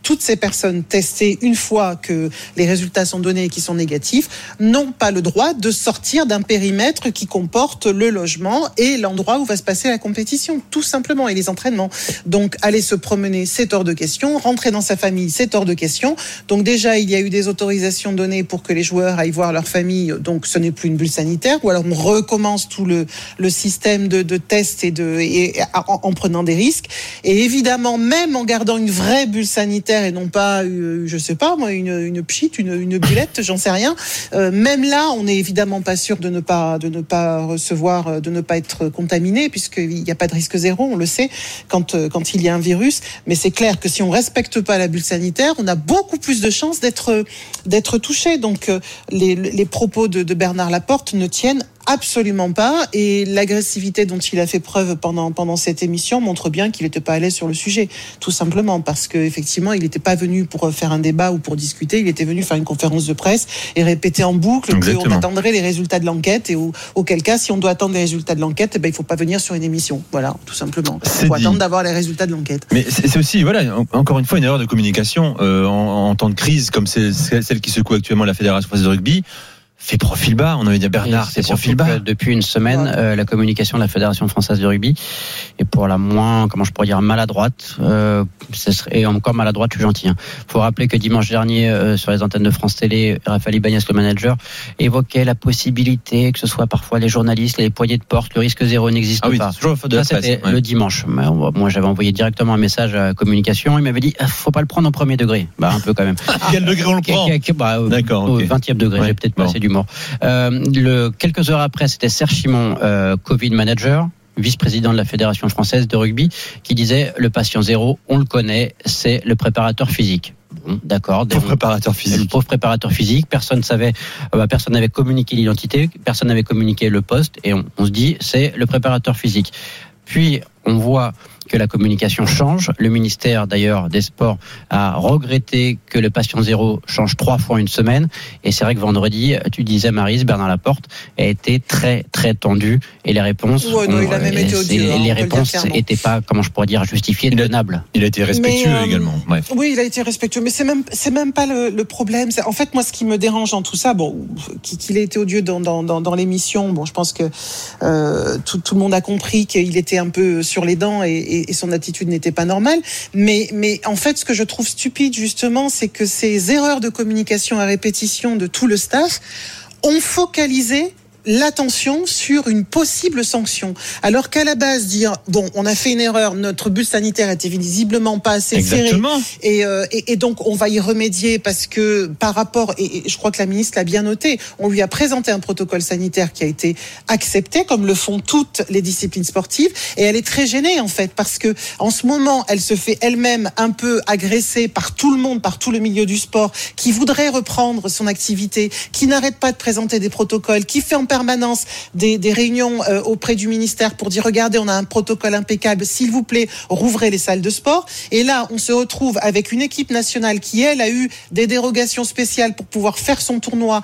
toutes ces personnes testées, une fois que les résultats sont donnés et qui sont négatifs, n'ont pas le droit de sortir d'un périmètre qui comporte le logement et l'endroit où va se passer la compétition, tout simplement, et les entraînements. Donc, aller se promener, c'est hors de question. Rentrer dans sa famille, c'est hors de question. Donc, déjà, il y a eu des autorisations données pour que les joueurs aillent voir leur famille. Donc, ce n'est plus une bulle sanitaire. Ou alors, on recommence tout le, le système de, de tests et de, et, en, en prenant des risques. Et évidemment, même en gardant une vraie bulle sanitaire et non pas, euh, je sais pas, moi, une, une pchit, une, une bullette, j'en sais rien. Euh, même là, on n'est évidemment pas sûr de ne pas, de ne pas recevoir, de ne pas être contaminé, puisqu'il n'y a pas de risque zéro, on le sait, quand, quand il y a un virus. Mais c'est clair que si on respecte pas la bulle sanitaire, on a beaucoup plus de chances d'être, d'être touché. Donc, les, les propos de, de Bernard Laporte ne tiennent absolument pas, et l'agressivité dont il a fait preuve pendant pendant cette émission montre bien qu'il n'était pas à l'aise sur le sujet, tout simplement parce que effectivement il n'était pas venu pour faire un débat ou pour discuter, il était venu faire une conférence de presse et répéter en boucle qu'on attendrait les résultats de l'enquête, et au, auquel cas si on doit attendre les résultats de l'enquête, eh ben, il ne faut pas venir sur une émission, voilà, tout simplement. Il faut attendre d'avoir les résultats de l'enquête. Mais c'est, c'est aussi, voilà, encore une fois, une erreur de communication euh, en, en temps de crise comme c'est celle qui secoue actuellement la Fédération française de rugby. Fait profil bas, on avait dit à Bernard, c'est profil bas. Depuis une semaine, euh, la communication de la Fédération française de rugby est pour la moins, comment je pourrais dire, maladroite. Euh, ce serait, et encore maladroite, je suis gentil. Hein. Faut rappeler que dimanche dernier, euh, sur les antennes de France Télé, Raphaël Ibanez, le manager, évoquait la possibilité que ce soit parfois les journalistes, les poignées de porte, le risque zéro n'existe ah oui, pas. De Ça, c'était ouais. le dimanche. Moi, j'avais envoyé directement un message à la communication. Il m'avait dit, ah, faut pas le prendre en premier degré. Bah, un peu quand même. Quel degré on le prend? bah, D'accord. Au okay. vingtième degré, ouais. J'ai peut-être bon. passé du mort. Euh, le, quelques heures après, c'était Serge Chimon, euh, Covid manager, vice-président de la Fédération française de rugby, qui disait le patient zéro, on le connaît, c'est le préparateur physique. Bon, d'accord. Pauvre préparateur physique. Le pauvre préparateur physique. Personne savait, euh, bah, personne n'avait communiqué l'identité, personne n'avait communiqué le poste, et on, on se dit c'est le préparateur physique. Puis on voit que la communication change. Le ministère d'ailleurs des Sports a regretté que le patient zéro change trois fois en une semaine. Et c'est vrai que vendredi, tu disais Maryse, Bernard Laporte a été très très tendu, et les réponses, ouais, non, ont, il a même été odieux, les, hein, les réponses n'étaient pas, comment je pourrais dire, justifiées, tenables. Il a été respectueux mais, euh, également. Bref. Oui, il a été respectueux, mais c'est même c'est même pas le, le problème. C'est, en fait, moi, ce qui me dérange dans tout ça, bon, qu'il ait été odieux dans dans dans, dans l'émission, bon, je pense que euh, tout tout le monde a compris qu'il était un peu sur les dents, et, et, et son attitude n'était pas normale. Mais, mais en fait, ce que je trouve stupide, justement, c'est que ces erreurs de communication à répétition de tout le staff ont focalisé l'attention sur une possible sanction. Alors qu'à la base, dire, bon, on a fait une erreur, notre bulle sanitaire était visiblement pas assez serrée. Et, euh, et, et donc, on va y remédier parce que par rapport, et, et je crois que la ministre l'a bien noté, on lui a présenté un protocole sanitaire qui a été accepté, comme le font toutes les disciplines sportives. Et elle est très gênée, en fait, parce que en ce moment, elle se fait elle-même un peu agresser par tout le monde, par tout le milieu du sport, qui voudrait reprendre son activité, qui n'arrête pas de présenter des protocoles, qui fait en permanence des, des réunions euh, auprès du ministère pour dire regardez, on a un protocole impeccable, s'il vous plaît, rouvrez les salles de sport. Et là, on se retrouve avec une équipe nationale qui, elle, a eu des dérogations spéciales pour pouvoir faire son tournoi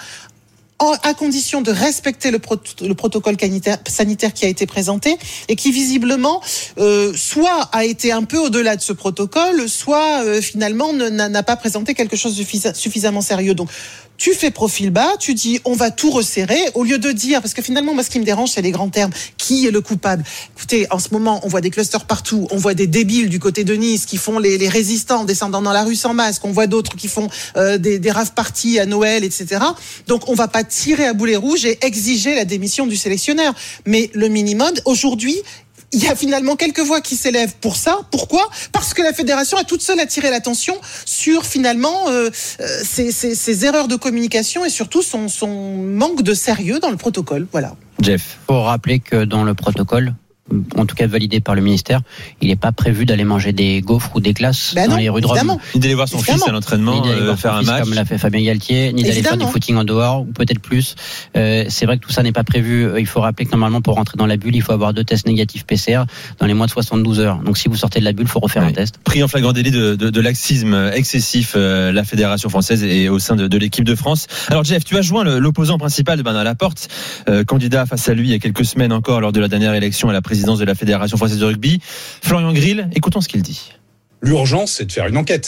à condition de respecter le, pro- le protocole sanitaire qui a été présenté, et qui visiblement euh, soit a été un peu au-delà de ce protocole, soit euh, finalement ne, n'a pas présenté quelque chose de suffis- suffisamment sérieux. Donc tu fais profil bas, tu dis on va tout resserrer, au lieu de dire, parce que finalement moi ce qui me dérange c'est les grands termes, qui est le coupable? Écoutez, en ce moment on voit des clusters partout, on voit des débiles du côté de Nice qui font les, les résistants descendant dans la rue sans masque, on voit d'autres qui font euh, des, des rave parties à Noël, et cetera. Donc on va pas tirer à boulet rouge et exiger la démission du sélectionneur, mais le minimum aujourd'hui, il y a finalement quelques voix qui s'élèvent pour ça. Pourquoi ? Parce que la fédération a toute seule attiré l'attention sur finalement euh, ces, ces, ces erreurs de communication et surtout son, son manque de sérieux dans le protocole. Voilà. Jeff, faut rappeler que dans le protocole, en tout cas validé par le ministère, il n'est pas prévu d'aller manger des gaufres ou des glaces ben dans non, les rues de Rome. Ni d'aller voir son évidemment. fils à l'entraînement, euh, faire un match. Comme l'a fait Fabien Galtier, ni d'aller faire du footing en dehors, ou peut-être plus. Euh, c'est vrai que tout ça n'est pas prévu. Il faut rappeler que normalement, pour rentrer dans la bulle, il faut avoir deux tests négatifs P C R dans les moins de soixante-douze heures. Donc si vous sortez de la bulle, il faut refaire oui. un test. Pris en flagrant délit de, de, de laxisme excessif, euh, la Fédération française et au sein de, de l'équipe de France. Alors Jeff, tu as joint le, l'opposant principal de Bernard Laporte, euh, candidat face à lui il y a quelques semaines encore lors de la dernière élection à la présidence de la Fédération française de rugby. Florian Grill, écoutons ce qu'il dit. L'urgence, c'est de faire une enquête.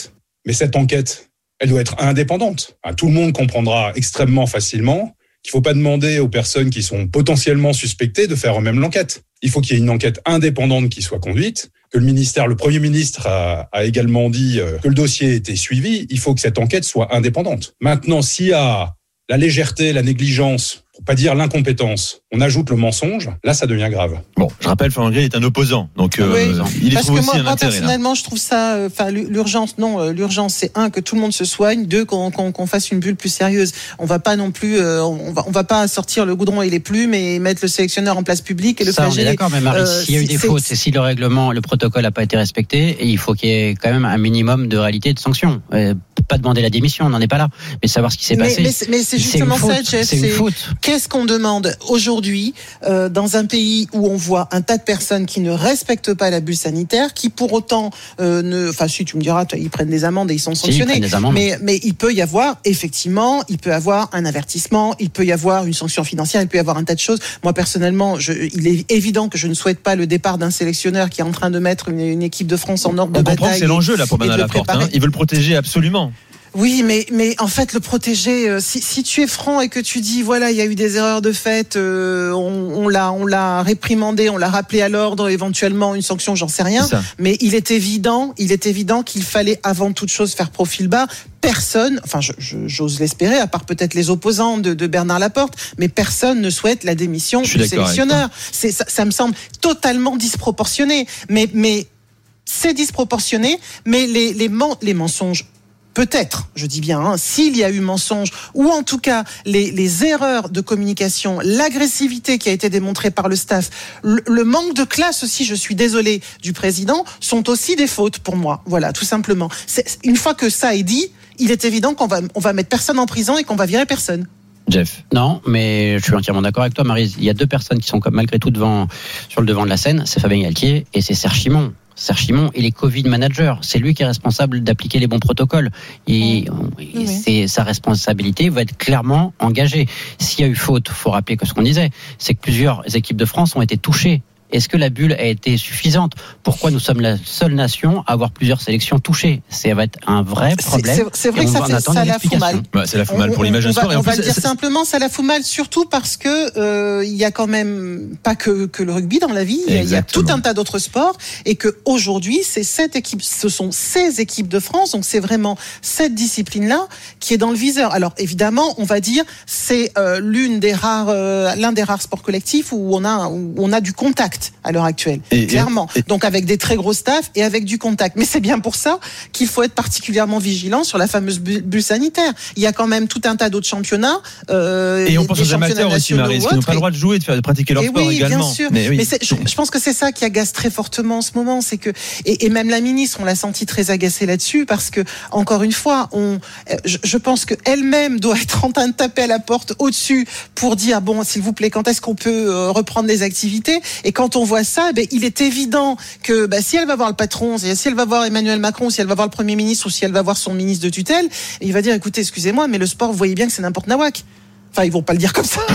Mais cette enquête, elle doit être indépendante. Tout le monde comprendra extrêmement facilement qu'il ne faut pas demander aux personnes qui sont potentiellement suspectées de faire eux-mêmes l'enquête. Il faut qu'il y ait une enquête indépendante qui soit conduite, que le ministère, le Premier ministre a, a également dit que le dossier était suivi. Il faut que cette enquête soit indépendante. Maintenant, s'il y a la légèreté, la négligence, pour pas dire l'incompétence, on ajoute le mensonge, là ça devient grave. Bon, je rappelle, Florent Grill est un opposant, donc euh, oui, il y trouve aussi moi, un moi, intérêt. Personnellement, là. je trouve ça, enfin, euh, l'urgence, non, euh, l'urgence, c'est un que tout le monde se soigne, deux qu'on, qu'on, qu'on fasse une bulle plus sérieuse. On va pas non plus, euh, on va, on va pas sortir le goudron et les plumes et mettre le sélectionneur en place publique et le ça, flageller. On est d'accord, mais Marie, euh, s'il y a eu des c'est, fautes, c'est... et si le règlement, le protocole n'a pas été respecté, et il faut qu'il y ait quand même un minimum de réalité et de sanctions. Euh, pas demander la démission, on n'en est pas là, mais savoir ce qui s'est mais, passé. Mais c'est, mais c'est justement c'est ça, Jeff. C'est une faute. Qu'est-ce qu'on demande aujourd'hui euh, dans un pays où on voit un tas de personnes qui ne respectent pas la bulle sanitaire, qui pour autant euh, ne, enfin si tu me diras, ils prennent des amendes et ils sont sanctionnés. Si, ils mais mais il peut y avoir effectivement, il peut y avoir un avertissement, il peut y avoir une sanction financière, il peut y avoir un tas de choses. Moi personnellement, je, il est évident que je ne souhaite pas le départ d'un sélectionneur qui est en train de mettre une, une équipe de France en ordre de on bataille. On comprend que c'est l'enjeu là pour Bernard Laporte. Hein. Ils veulent protéger absolument. Oui, mais mais en fait le protéger, euh, si si tu es franc et que tu dis voilà il y a eu des erreurs de fait, euh, on, on l'a on l'a réprimandé, on l'a rappelé à l'ordre, éventuellement une sanction, j'en sais rien. Mais il est évident, il est évident qu'il fallait avant toute chose faire profil bas. Personne, enfin je, je, j'ose l'espérer, à part peut-être les opposants de, de Bernard Laporte, mais personne ne souhaite la démission du sélectionneur. C'est ça, ça me semble totalement disproportionné. Mais mais c'est disproportionné, mais les les men- les mensonges. Peut-être, je dis bien, hein, s'il y a eu mensonge, ou en tout cas les, les erreurs de communication, l'agressivité qui a été démontrée par le staff, le, le manque de classe aussi, je suis désolée, du président, sont aussi des fautes pour moi. Voilà, tout simplement. C'est, une fois que ça est dit, il est évident qu'on va, on va mettre personne en prison et qu'on va virer personne. Jeff. Non, mais je suis entièrement d'accord avec toi, Maryse. Il y a deux personnes qui sont comme malgré tout devant, sur le devant de la scène, c'est Fabien Galtier et c'est Serge Simon. Serge Simon, il est Covid manager. C'est lui qui est responsable d'appliquer les bons protocoles. Et, mmh. et c'est sa responsabilité va être clairement engagée. S'il y a eu faute, faut rappeler que ce qu'on disait, c'est que plusieurs équipes de France ont été touchées. Est-ce que la bulle a été suffisante ? Pourquoi nous sommes la seule nation à avoir plusieurs sélections touchées ? Ça va être un vrai problème. C'est, c'est, c'est vrai que ça, fait, ça la fout mal. Ouais, ça la fout mal pour on, l'image d'un sport. On va le dire simplement, ça la fout mal, surtout parce que euh, il y a quand même pas que, que le rugby dans la vie. Il y a tout un tas d'autres sports et que aujourd'hui, c'est cette équipe, ce sont ces équipes de France. Donc c'est vraiment cette discipline-là qui est dans le viseur. Alors évidemment, on va dire c'est euh, l'une des rares, euh, l'un des rares sports collectifs où on a où on a du contact à l'heure actuelle, et, clairement. Et, et... Donc avec des très gros staffs et avec du contact. Mais c'est bien pour ça qu'il faut être particulièrement vigilant sur la fameuse bulle sanitaire. Il y a quand même tout un tas d'autres championnats. Euh, et on pense aux amateurs aussi, Marie, qui n'ont pas le droit de jouer, de faire de pratiquer leur et sport oui, également. Bien sûr. Mais, oui. Mais c'est, je, je pense que c'est ça qui agace très fortement en ce moment, c'est que et, et même la ministre, on l'a senti très agacée là-dessus parce que encore une fois, on, je, je pense que elle-même doit être en train de taper à la porte au-dessus pour dire bon, s'il vous plaît, quand est-ce qu'on peut euh, reprendre les activités ? Et quand on voit ça, ben, il est évident que ben, si elle va voir le patron, si elle va voir Emmanuel Macron, si elle va voir le Premier ministre ou si elle va voir son ministre de tutelle, il va dire écoutez, excusez-moi, mais le sport, vous voyez bien que c'est n'importe nawak. Enfin, ils vont pas le dire comme ça.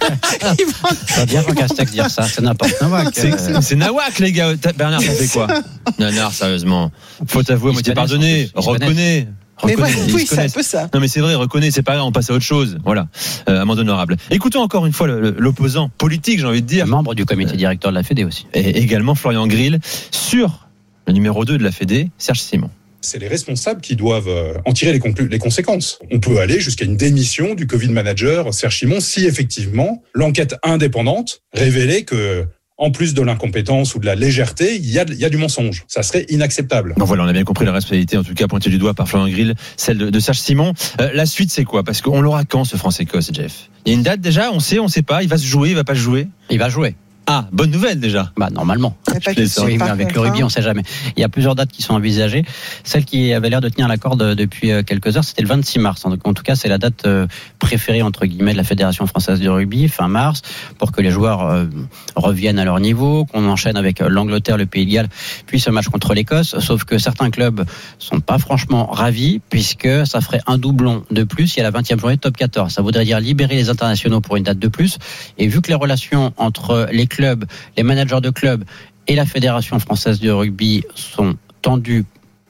Ils vont... Ça va bien quand Castex dire ça, c'est n'importe nawak. C'est, c'est, c'est nawak, les gars. Bernard, ça fait quoi ? Bernard, sérieusement. Faut t'avouer, moi, t'es pardonné. Reconnais. Mais ouais, oui, c'est un peu ça. Non, mais c'est vrai, reconnais, c'est pas grave, on passe à autre chose. Voilà, euh, amende honorable. Écoutons encore une fois le, le, l'opposant politique, j'ai envie de dire. Le membre du comité directeur de la Fédé aussi. Et également Florian Grill sur le numéro deux de la Fédé, Serge Simon. C'est les responsables qui doivent en tirer les, conclu- les conséquences. On peut aller jusqu'à une démission du Covid manager Serge Simon si effectivement l'enquête indépendante révélait que en plus de l'incompétence ou de la légèreté, il y a, il y a du mensonge. Ça serait inacceptable. Bon voilà, on a bien compris la responsabilité, en tout cas pointée du doigt par Florian Grill, celle de, de Serge Simon. Euh, la suite, c'est quoi ? Parce qu'on l'aura quand, ce France-Écosse, Jeff ? Il y a une date déjà ? On sait, on sait pas. Il va se jouer, il va pas se jouer ? Il va jouer. Ah, bonne nouvelle déjà. Bah normalement. Oui, mais avec le rugby, on sait jamais. Il y a plusieurs dates qui sont envisagées. Celle qui avait l'air de tenir la corde depuis quelques heures, c'était le vingt-six mars. En tout cas, c'est la date préférée entre guillemets de la Fédération française de rugby, fin mars, pour que les joueurs reviennent à leur niveau, qu'on enchaîne avec l'Angleterre, le Pays de Galles, puis ce match contre l'Écosse. Sauf que certains clubs sont pas franchement ravis puisque ça ferait un doublon de plus. Il y a la vingtième journée de top quatorze. Ça voudrait dire libérer les internationaux pour une date de plus. Et vu que les relations entre les clubs, les managers de clubs et la Fédération française de rugby sont tendus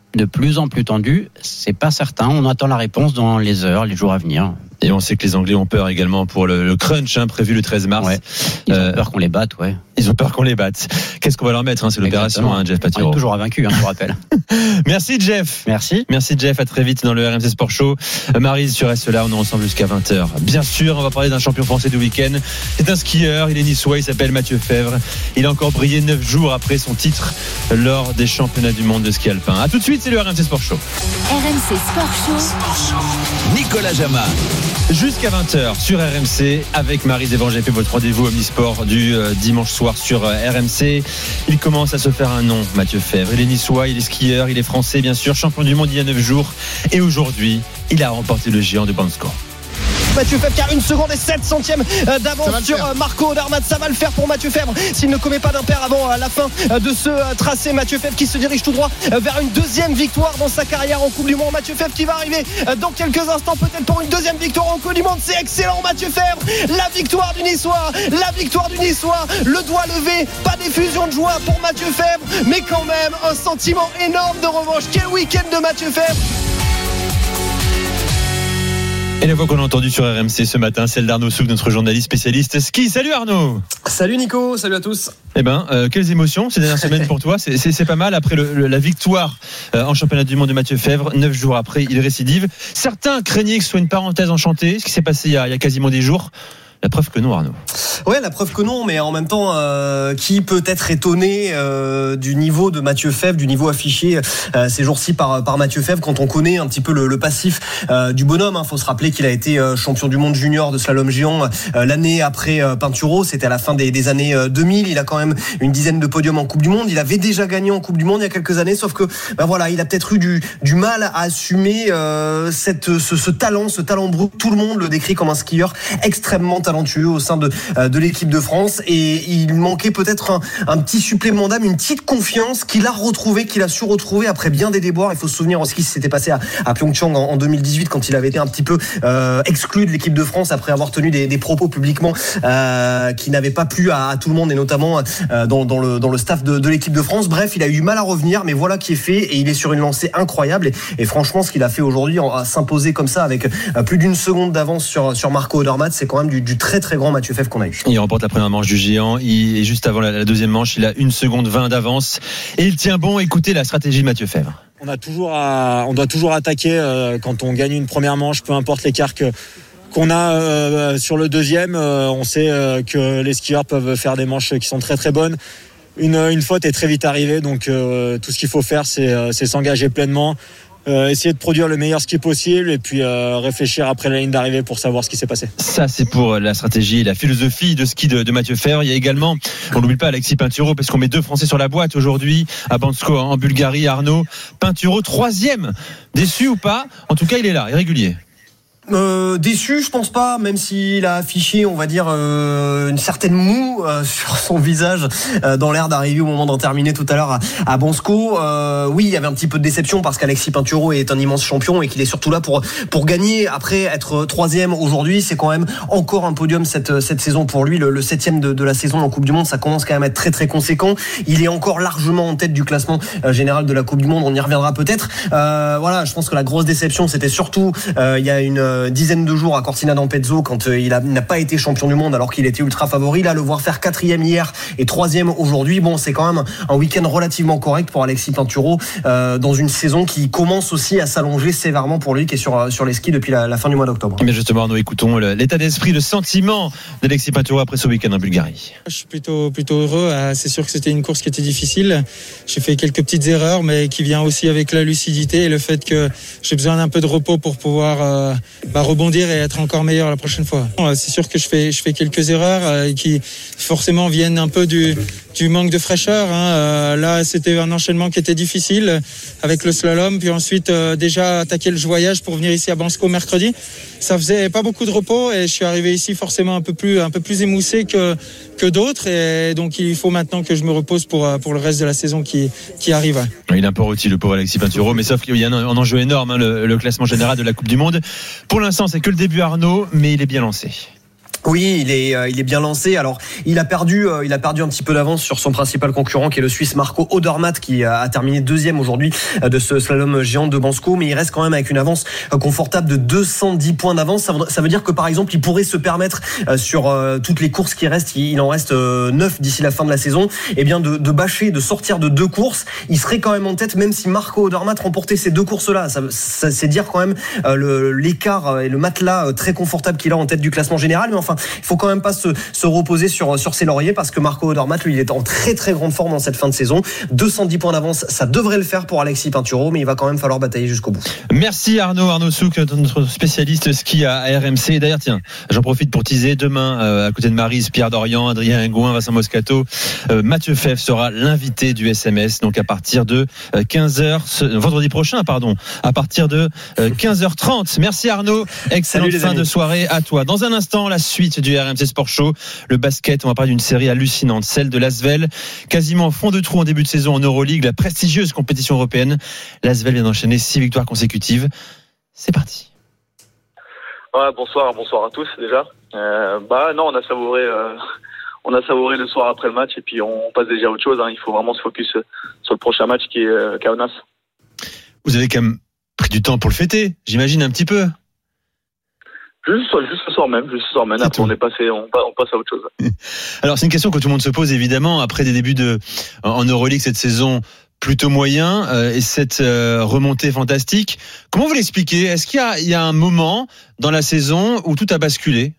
de plus en plus tendu. C'est pas certain. On attend la réponse dans les heures, les jours à venir. Et on sait que les Anglais ont peur également pour le, le crunch hein, prévu le treize mars. Ouais. Ils euh, ont peur qu'on les batte, ouais. Ils ont peur qu'on les batte. Qu'est-ce qu'on va leur mettre hein, c'est l'opération, hein, Jeff Patiro. On est toujours invaincu, hein, je vous rappelle. Merci Jeff. Merci. Merci Jeff. À très vite dans le R M C Sport Show. Euh, Maryse, tu restes là. On est ensemble jusqu'à vingt heures. Bien sûr, on va parler d'un champion français du week-end. C'est un skieur. Il est niçois. Il s'appelle Mathieu Febvre. Il a encore brillé neuf jours après son titre lors des championnats du monde de ski alpin. À tout de suite. C'est le R M C Sport Show. R M C Sport Show. Sport Show. Nicolas Jamin. Jusqu'à vingt heures sur R M C avec Maryse Evan. J'ai fait votre rendez-vous omnisport du euh, dimanche soir sur euh, R M C. Il commence à se faire un nom, Mathieu Febvre. Il est niçois, il est skieur, il est français bien sûr, champion du monde il y a neuf jours. Et aujourd'hui, il a remporté le géant de Bansko. Mathieu Febvre qui a une seconde et sept centièmes d'avance sur Marco Odermatt. Ça va le faire pour Mathieu Febvre s'il ne commet pas d'impair avant la fin de ce tracé. Mathieu Febvre qui se dirige tout droit vers une deuxième victoire dans sa carrière en Coupe du Monde. Mathieu Febvre qui va arriver dans quelques instants peut-être pour une deuxième victoire en Coupe du Monde. C'est excellent Mathieu Febvre. La victoire du Niçois, la victoire du Niçois, le doigt levé, pas d'effusion de joie pour Mathieu Febvre, mais quand même un sentiment énorme de revanche. Quel week-end de Mathieu Febvre. Et la voix qu'on a entendue sur R M C ce matin, celle d'Arnaud Souk, notre journaliste spécialiste ski. Salut Arnaud. Salut Nico, salut à tous. Eh ben, euh, quelles émotions ces dernières semaines pour toi. C'est, c'est, c'est pas mal après le, le, la victoire euh, en championnat du monde de Mathieu Febvre. Neuf jours après, il récidive. Certains craignaient que ce soit une parenthèse enchantée, ce qui s'est passé il y a, il y a quasiment des jours. La preuve que non, Arnaud. Ouais, la preuve que non, mais en même temps, euh, qui peut être étonné euh, du niveau de Mathieu Febvre, du niveau affiché euh, ces jours-ci par par Mathieu Febvre, quand on connaît un petit peu le, le passif euh, du bonhomme. Hein. Faut se rappeler qu'il a été euh, champion du monde junior de slalom géant euh, l'année après euh, Pinturo. C'était à la fin des, des années euh, deux mille. Il a quand même une dizaine de podiums en Coupe du Monde. Il avait déjà gagné en Coupe du Monde il y a quelques années, sauf que ben voilà, il a peut-être eu du du mal à assumer euh, cette ce, ce talent, ce talent brut. Tout le monde le décrit comme un skieur extrêmement talentueux au sein de de l'équipe de France, et il manquait peut-être un, un petit supplément d'âme, une petite confiance qu'il a retrouvé, qu'il a su retrouver après bien des déboires. Il faut se souvenir aussi ce qui s'était passé à, à Pyeongchang en, en deux mille dix-huit, quand il avait été un petit peu euh, exclu de l'équipe de France après avoir tenu des, des propos publiquement euh, qui n'avaient pas plu à, à tout le monde, et notamment euh, dans, dans le dans le staff de, de l'équipe de France. Bref, il a eu du mal à revenir, mais voilà qui est fait, et il est sur une lancée incroyable. Et, et franchement, ce qu'il a fait aujourd'hui, à s'imposer comme ça avec plus d'une seconde d'avance sur sur Marco Odermatt, c'est quand même du, du très très grand Mathieu Febvre qu'on a eu. Il remporte la première manche du géant, il, et juste avant la, la deuxième manche, il a une seconde vingt d'avance et il tient bon. Écoutez la stratégie de Mathieu Febvre. On a toujours à, on doit toujours attaquer euh, quand on gagne une première manche, peu importe l'écart que qu'on a euh, sur le deuxième. Euh, on sait euh, que les skieurs peuvent faire des manches qui sont très très bonnes. Une, une faute est très vite arrivée, donc euh, tout ce qu'il faut faire, c'est, c'est s'engager pleinement. Euh, essayer de produire le meilleur ski possible, et puis euh, réfléchir après la ligne d'arrivée pour savoir ce qui s'est passé. Ça, c'est pour la stratégie et la philosophie de ski de, de Mathieu Febvre. Il y a également, on n'oublie pas, Alexis Pinturo, parce qu'on met deux Français sur la boîte aujourd'hui à Bansko en Bulgarie. Arnaud Pinturo, troisième. Déçu ou pas? En tout cas, il est là, irrégulier. Euh, déçu, je pense pas, même s'il a affiché, on va dire, euh, une certaine moue euh, sur son visage euh, dans l'air d'arriver au moment d'en terminer tout à l'heure à, à Bansko. Euh, oui, il y avait un petit peu de déception parce qu'Alexis Pinturo est un immense champion et qu'il est surtout là pour pour gagner. Après, être troisième aujourd'hui, c'est quand même encore un podium cette cette saison pour lui, le, le septième de, de la saison en Coupe du Monde. Ça commence quand même à être très très conséquent. Il est encore largement en tête du classement euh, général de la Coupe du Monde. On y reviendra peut-être. Euh, voilà, je pense que la grosse déception, c'était surtout euh, il y a une dizaine de jours à Cortina d'Ampezzo, quand il, a, il n'a pas été champion du monde alors qu'il était ultra favori. Là, le voir faire quatrième hier et troisième aujourd'hui, bon, c'est quand même un week-end relativement correct pour Alexis Pinturo euh, dans une saison qui commence aussi à s'allonger sévèrement pour lui, qui est sur, sur les skis depuis la, la fin du mois d'octobre. Mais justement, nous écoutons l'état d'esprit, le sentiment d'Alexis Pinturo après ce week-end en Bulgarie. Je suis plutôt, plutôt heureux. C'est sûr que c'était une course qui était difficile. J'ai fait quelques petites erreurs, mais qui vient aussi avec la lucidité et le fait que j'ai besoin d'un peu de repos pour pouvoir euh, bah, rebondir et être encore meilleur la prochaine fois. C'est sûr que je fais, je fais quelques erreurs euh, qui forcément viennent un peu du, du manque de fraîcheur. Hein. Euh, là, c'était un enchaînement qui était difficile avec le slalom, puis ensuite euh, déjà attaquer le voyage pour venir ici à Bansko mercredi. Ça faisait pas beaucoup de repos et je suis arrivé ici forcément un peu plus, un peu plus émoussé que, que d'autres, et donc il faut maintenant que je me repose pour, pour le reste de la saison qui, qui arrive. Il est un peu rôti, le pauvre Alexis Pinturo, mais sauf qu'il y a un, un enjeu énorme, hein, le, le classement général de la Coupe du Monde. Pour l'instant, c'est que le début, Arnaud, mais il est bien lancé. Oui, il est, euh, il est bien lancé. Alors, il a perdu, euh, il a perdu un petit peu d'avance sur son principal concurrent, qui est le Suisse Marco Odermatt, qui a, a terminé deuxième aujourd'hui euh, de ce slalom géant de Bansko, mais il reste quand même avec une avance euh, confortable de deux cent dix points d'avance. Ça, ça veut dire que, par exemple, il pourrait se permettre euh, sur euh, toutes les courses qui restent, il, il en reste euh, neuf d'ici la fin de la saison, eh bien de, de bâcher, de sortir de deux courses. Il serait quand même en tête, même si Marco Odermatt remportait ces deux courses-là. Ça, ça c'est dire quand même euh, le, l'écart et le matelas euh, très confortable qu'il a en tête du classement général. Mais enfin, il faut quand même pas se, se reposer sur, sur ses lauriers, parce que Marco Odermatt, lui, il est en très très grande forme dans cette fin de saison. deux cent dix points d'avance, ça devrait le faire pour Alexis Pinturo, mais il va quand même falloir batailler jusqu'au bout. Merci Arnaud, Arnaud Souk, notre spécialiste ski à R M C. D'ailleurs, tiens, j'en profite pour teaser demain, euh, à côté de Maryse, Pierre Dorian, Adrien Hingouin, Vincent Moscato, euh, Mathieu Febvre sera l'invité du S M S, donc à partir de quinze heures, ce, vendredi prochain, pardon, à partir de euh, quinze heures trente. Merci Arnaud, excellente fin de soirée à toi. Dans un instant, la suite du R M C Sport Show, le basket, on va parler d'une série hallucinante, celle de l'Asvel, quasiment au fond de trou en début de saison en Euroleague, la prestigieuse compétition européenne. L'Asvel vient d'enchaîner six victoires consécutives. C'est parti. Ouais, bonsoir, bonsoir à tous déjà. Euh, bah non, on a savouré, euh, on a savouré le soir après le match, et puis on passe déjà à autre chose. Hein. Il faut vraiment se focus sur le prochain match qui est euh, Kaunas. Vous avez quand même pris du temps pour le fêter, j'imagine un petit peu. Juste, juste ce soir même, juste ce soir même. Après, on est passé, on, on passe à autre chose. Alors, c'est une question que tout le monde se pose, évidemment, après des débuts de, en Euroleague cette saison plutôt moyen, euh, et cette euh, remontée fantastique. Comment vous l'expliquez? Est-ce qu'il y a, il y a un moment dans la saison où tout a basculé?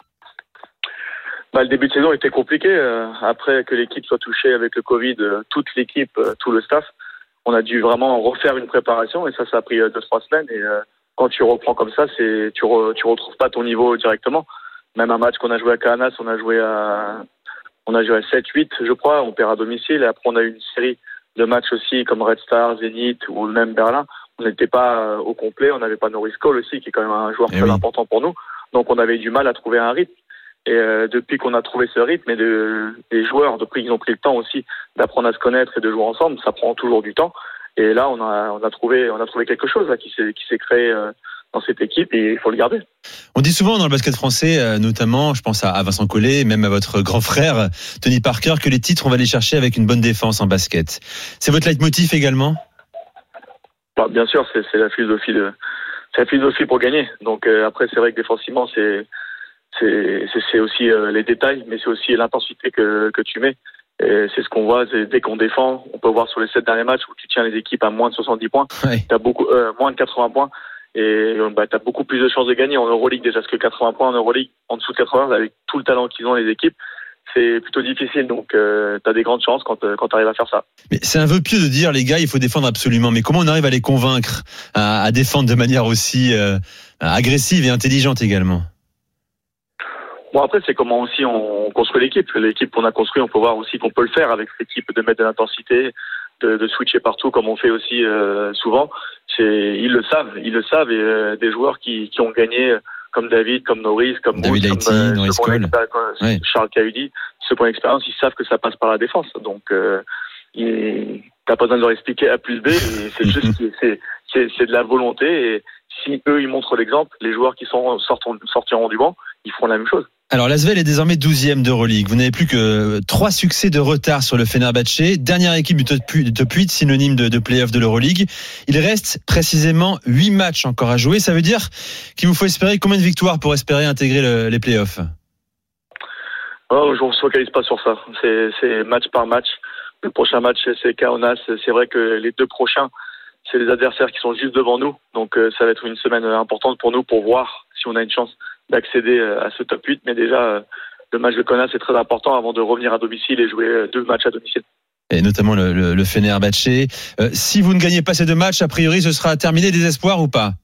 Bah, le début de saison était compliqué. Euh, après que l'équipe soit touchée avec le Covid, euh, toute l'équipe, euh, tout le staff, on a dû vraiment refaire une préparation, et ça, ça a pris euh, deux, trois semaines. Et euh, quand tu reprends comme ça, c'est tu re, tu retrouves pas ton niveau directement. Même un match qu'on a joué à Kaunas, on a joué à on a joué à sept huit, je crois, on perd à domicile. Et après, on a eu une série de matchs aussi comme Red Star, Zénith ou même Berlin. On n'était pas au complet, on n'avait pas Norris Cole aussi, qui est quand même un joueur et très oui. important pour nous. Donc on avait du mal à trouver un rythme. Et euh, depuis qu'on a trouvé ce rythme, et de, les joueurs, depuis qu'ils ont pris le temps aussi d'apprendre à se connaître et de jouer ensemble, ça prend toujours du temps. Et là, on a, on a trouvé, on a trouvé quelque chose là, qui s'est, qui s'est créé euh, dans cette équipe, et il faut le garder. On dit souvent dans le basket français, euh, notamment, je pense à, à Vincent Collet, même à votre grand frère Tony Parker, que les titres, on va les chercher avec une bonne défense en basket. C'est votre leitmotiv également? Bah, bien sûr, c'est, c'est la philosophie de, c'est la philosophie pour gagner. Donc euh, après, c'est vrai que défensivement, c'est, c'est, c'est, c'est aussi euh, les détails, mais c'est aussi l'intensité que, que tu mets. Et c'est ce qu'on voit, c'est dès qu'on défend, on peut voir sur les sept derniers matchs où tu tiens les équipes à moins de soixante-dix points, ouais. t'as beaucoup, euh, moins de quatre-vingts points, et bah, t'as beaucoup plus de chances de gagner en Euroleague déjà, parce que quatre-vingts points en Euroleague, en dessous de quatre-vingts, avec tout le talent qu'ils ont les équipes, c'est plutôt difficile, donc euh, t'as des grandes chances quand, euh, quand t'arrives à faire ça. Mais c'est un vœu pieux de dire, les gars, il faut défendre absolument, mais comment on arrive à les convaincre à, à défendre de manière aussi euh, agressive et intelligente également? Bon, après, c'est comment aussi on construit l'équipe. L'équipe qu'on a construite, on peut voir aussi qu'on peut le faire avec l'équipe, de mettre de l'intensité, de, de switcher partout comme on fait aussi euh, souvent. C'est, ils le savent, ils le savent, et euh, des joueurs qui, qui ont gagné, comme David, comme Norris, comme David Wood, Haïti, comme, Norris Cole, ouais. Charles Cahudi, ceux qui ont l'expérience, ils savent que ça passe par la défense. Donc, euh, il, t'as pas besoin de leur expliquer A plus B, et c'est juste, c'est, c'est, c'est de la volonté, et si eux, ils montrent l'exemple, les joueurs qui sont, sortiront, sortiront du banc, ils feront la même chose. Alors, l'Asvel est désormais douzième d'Euroleague. Vous n'avez plus que trois succès de retard sur le Fenerbahçe. Dernière équipe du top huit, synonyme de, de play-off de l'Euroleague. Il reste précisément huit matchs encore à jouer. Ça veut dire qu'il vous faut espérer combien de victoires pour espérer intégrer le, les play-offs? Oh, je ne me focalise pas sur ça. C'est, c'est match par match. Le prochain match, c'est Kaunas. C'est vrai que les deux prochains, c'est les adversaires qui sont juste devant nous. Donc, ça va être une semaine importante pour nous pour voir si on a une chance d'accéder à ce top huit, mais déjà le match de Kaunas c'est très important avant de revenir à domicile et jouer deux matchs à domicile. Et notamment le, le, le Fenerbahçe. Euh, si vous ne gagnez pas ces deux matchs, a priori ce sera terminé, désespoir ou pas?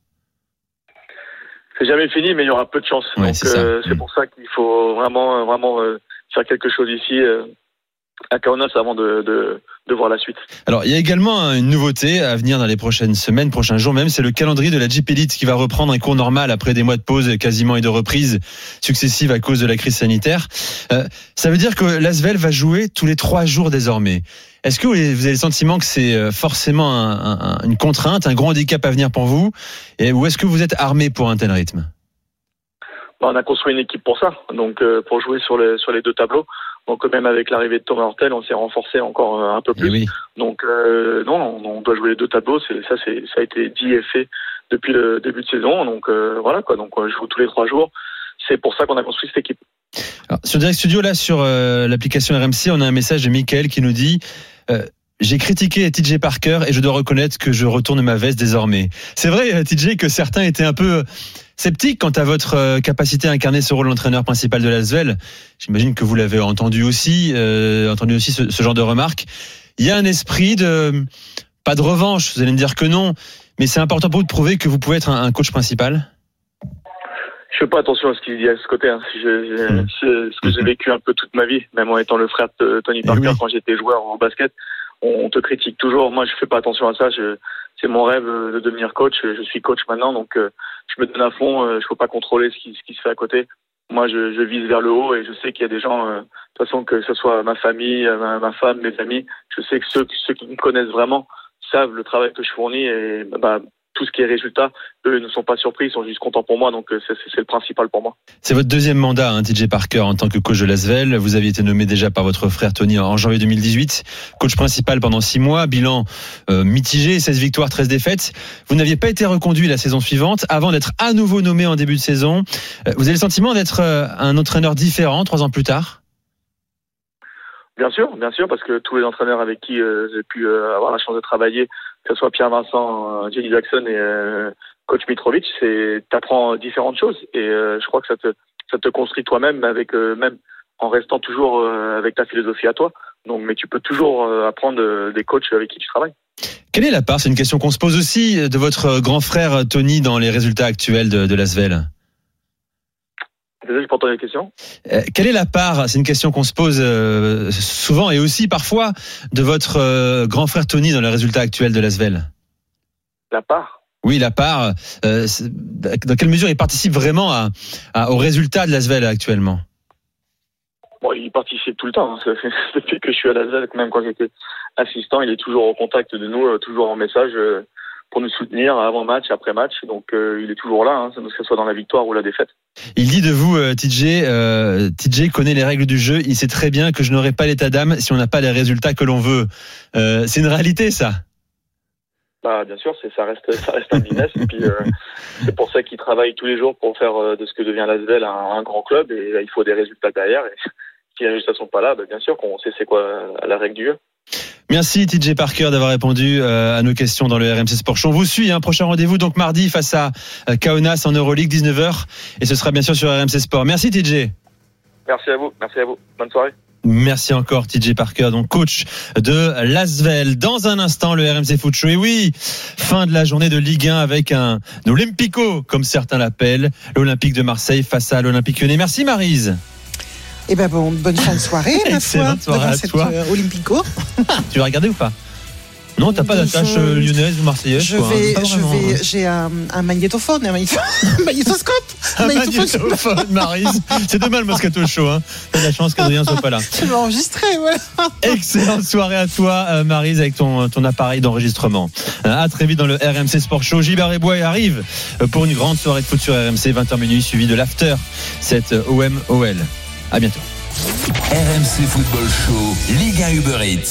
C'est jamais fini, mais il y aura peu de chance. Ouais, donc c'est, euh, c'est mmh. pour ça qu'il faut vraiment, vraiment euh, faire quelque chose ici euh, à Kaunas avant de, de, de voir la suite. Alors, il y a également une nouveauté à venir dans les prochaines semaines, prochains jours même, c'est le calendrier de la Jeep Elite qui va reprendre un cours normal après des mois de pause quasiment et de reprises successives à cause de la crise sanitaire. Euh, ça veut dire que l'Asvel va jouer tous les trois jours désormais. Est-ce que vous avez le sentiment que c'est forcément un, un, une contrainte, un gros handicap à venir pour vous, et, ou est-ce que vous êtes armé pour un tel rythme? bah, on a construit une équipe pour ça, donc euh, pour jouer sur les sur les deux tableaux. Donc même avec l'arrivée de Thomas Hortel, on s'est renforcé encore un peu plus. Oui. Donc euh, non, on doit jouer les deux tableaux. C'est ça, c'est ça a été dit et fait depuis le début de saison. Donc euh, voilà quoi. Donc on joue tous les trois jours. C'est pour ça qu'on a construit cette équipe. Alors, sur Direct Studio, là sur euh, l'application R M C, on a un message de Michael qui nous dit. Euh, J'ai critiqué T J Parker et je dois reconnaître que je retourne ma veste désormais. C'est vrai, T J, que certains étaient un peu sceptiques quant à votre capacité à incarner ce rôle d'entraîneur principal de l'Asvel. J'imagine que vous l'avez entendu aussi, euh, entendu aussi ce, ce genre de remarques. Il y a un esprit de, pas de revanche, vous allez me dire que non, mais c'est important pour vous de prouver que vous pouvez être un, un coach principal. Je fais pas attention à ce qu'il dit à ce côté. Hein. Je, je, mmh. C'est ce que j'ai vécu un peu toute ma vie, même en étant le frère de Tony Parker oui. Quand j'étais joueur au basket. On te critique toujours. Moi, je fais pas attention à ça. Je, c'est mon rêve de devenir coach. Je suis coach maintenant, donc euh, je me donne à fond. Euh, je peux pas contrôler ce qui, ce qui se fait à côté. Moi, je, je vise vers le haut et je sais qu'il y a des gens, euh, de toute façon, que ce soit ma famille, ma, ma femme, mes amis, je sais que ceux, ceux qui me connaissent vraiment savent le travail que je fournis et bah, tout ce qui est résultat, eux ne sont pas surpris, ils sont juste contents pour moi, donc c'est, c'est le principal pour moi. C'est votre deuxième mandat, hein, T J Parker, en tant que coach de l'Asvel. Vous aviez été nommé déjà par votre frère Tony en janvier deux mille dix-huit, coach principal pendant six mois, bilan euh, mitigé, seize victoires, treize défaites. Vous n'aviez pas été reconduit la saison suivante, avant d'être à nouveau nommé en début de saison. Euh, vous avez le sentiment d'être euh, un entraîneur différent trois ans plus tard ? Bien sûr, bien sûr, parce que tous les entraîneurs avec qui euh, j'ai pu euh, avoir la chance de travailler, que ce soit Pierre Vincent, euh, Jenny Jackson et euh, coach Mitrovic, c'est t'apprends différentes choses et euh, je crois que ça te ça te construit toi-même avec euh, même en restant toujours euh, avec ta philosophie à toi. Donc, mais tu peux toujours euh, apprendre euh, des coachs avec qui tu travailles. Quelle est la part, c'est une question qu'on se pose aussi, de votre grand frère Tony dans les résultats actuels de, de l'Asvel? Désolé, je n'ai pas entendu la question. Euh, quelle est la part, c'est une question qu'on se pose euh, souvent et aussi parfois, de votre euh, grand frère Tony dans les résultats actuels de l'Asvel? La part? Oui, la part. Euh, dans quelle mesure il participe vraiment à, à, aux résultats de l'Asvel actuellement? Bon, il participe tout le temps. Hein. Depuis que je suis à l'Asvel, même quand j'étais assistant, il est toujours en contact de nous, toujours en message pour nous soutenir avant match, après match. Donc euh, il est toujours là, hein, que ce soit dans la victoire ou la défaite. Il dit de vous, euh, T J, euh, T J connaît les règles du jeu. Il sait très bien que je n'aurai pas l'état d'âme si on n'a pas les résultats que l'on veut. Euh, c'est une réalité, ça. Bah, bien sûr, c'est, ça reste, ça reste un business. Et puis, euh, c'est pour ça qu'il travaille tous les jours pour faire euh, de ce que devient l'Asvel un, un grand club. Et là, il faut des résultats derrière. Et si les résultats sont pas là, bah, bien sûr qu'on sait c'est quoi la règle du jeu. Merci T J Parker d'avoir répondu euh, à nos questions dans le R M C Sport Show. On vous suit, un hein, prochain rendez-vous donc mardi face à euh, Kaunas en Euroleague, dix-neuf heures. Et ce sera bien sûr sur R M C Sport. Merci T J. Merci à vous, merci à vous. Bonne soirée. Merci encore T J Parker, donc coach de l'Asvel. Dans un instant, le R M C Foot Show. Et oui, fin de la journée de Ligue un avec un Olympico, comme certains l'appellent, l'Olympique de Marseille face à l'Olympique Lyonnais. Merci Maryse. Eh ben bon, bonne fin de soirée, ma foi, soirée à cette toi. Euh, Olympico. Tu vas regarder ou pas? Non, t'as pas d'attache je, lyonnaise ou marseillaise? Je quoi, vais, hein, je vais, j'ai un, un magnétophone, un, magnéto... un magnétoscope. Un magnétophone, Maryse. C'est demain le Moscato Show, hein. T'as de la chance qu'Adrien soit pas là. Je vais enregistrer, voilà. Excellente soirée à toi, Maryse, avec ton, ton appareil d'enregistrement. À très vite dans le R M C Sport Show. Gilbert Eboy arrive pour une grande soirée de foot sur R M C, vingt heures minuit, suivi de l'after, cette O M O L. À bientôt. R M C Football Show, Ligue un Uber Eats.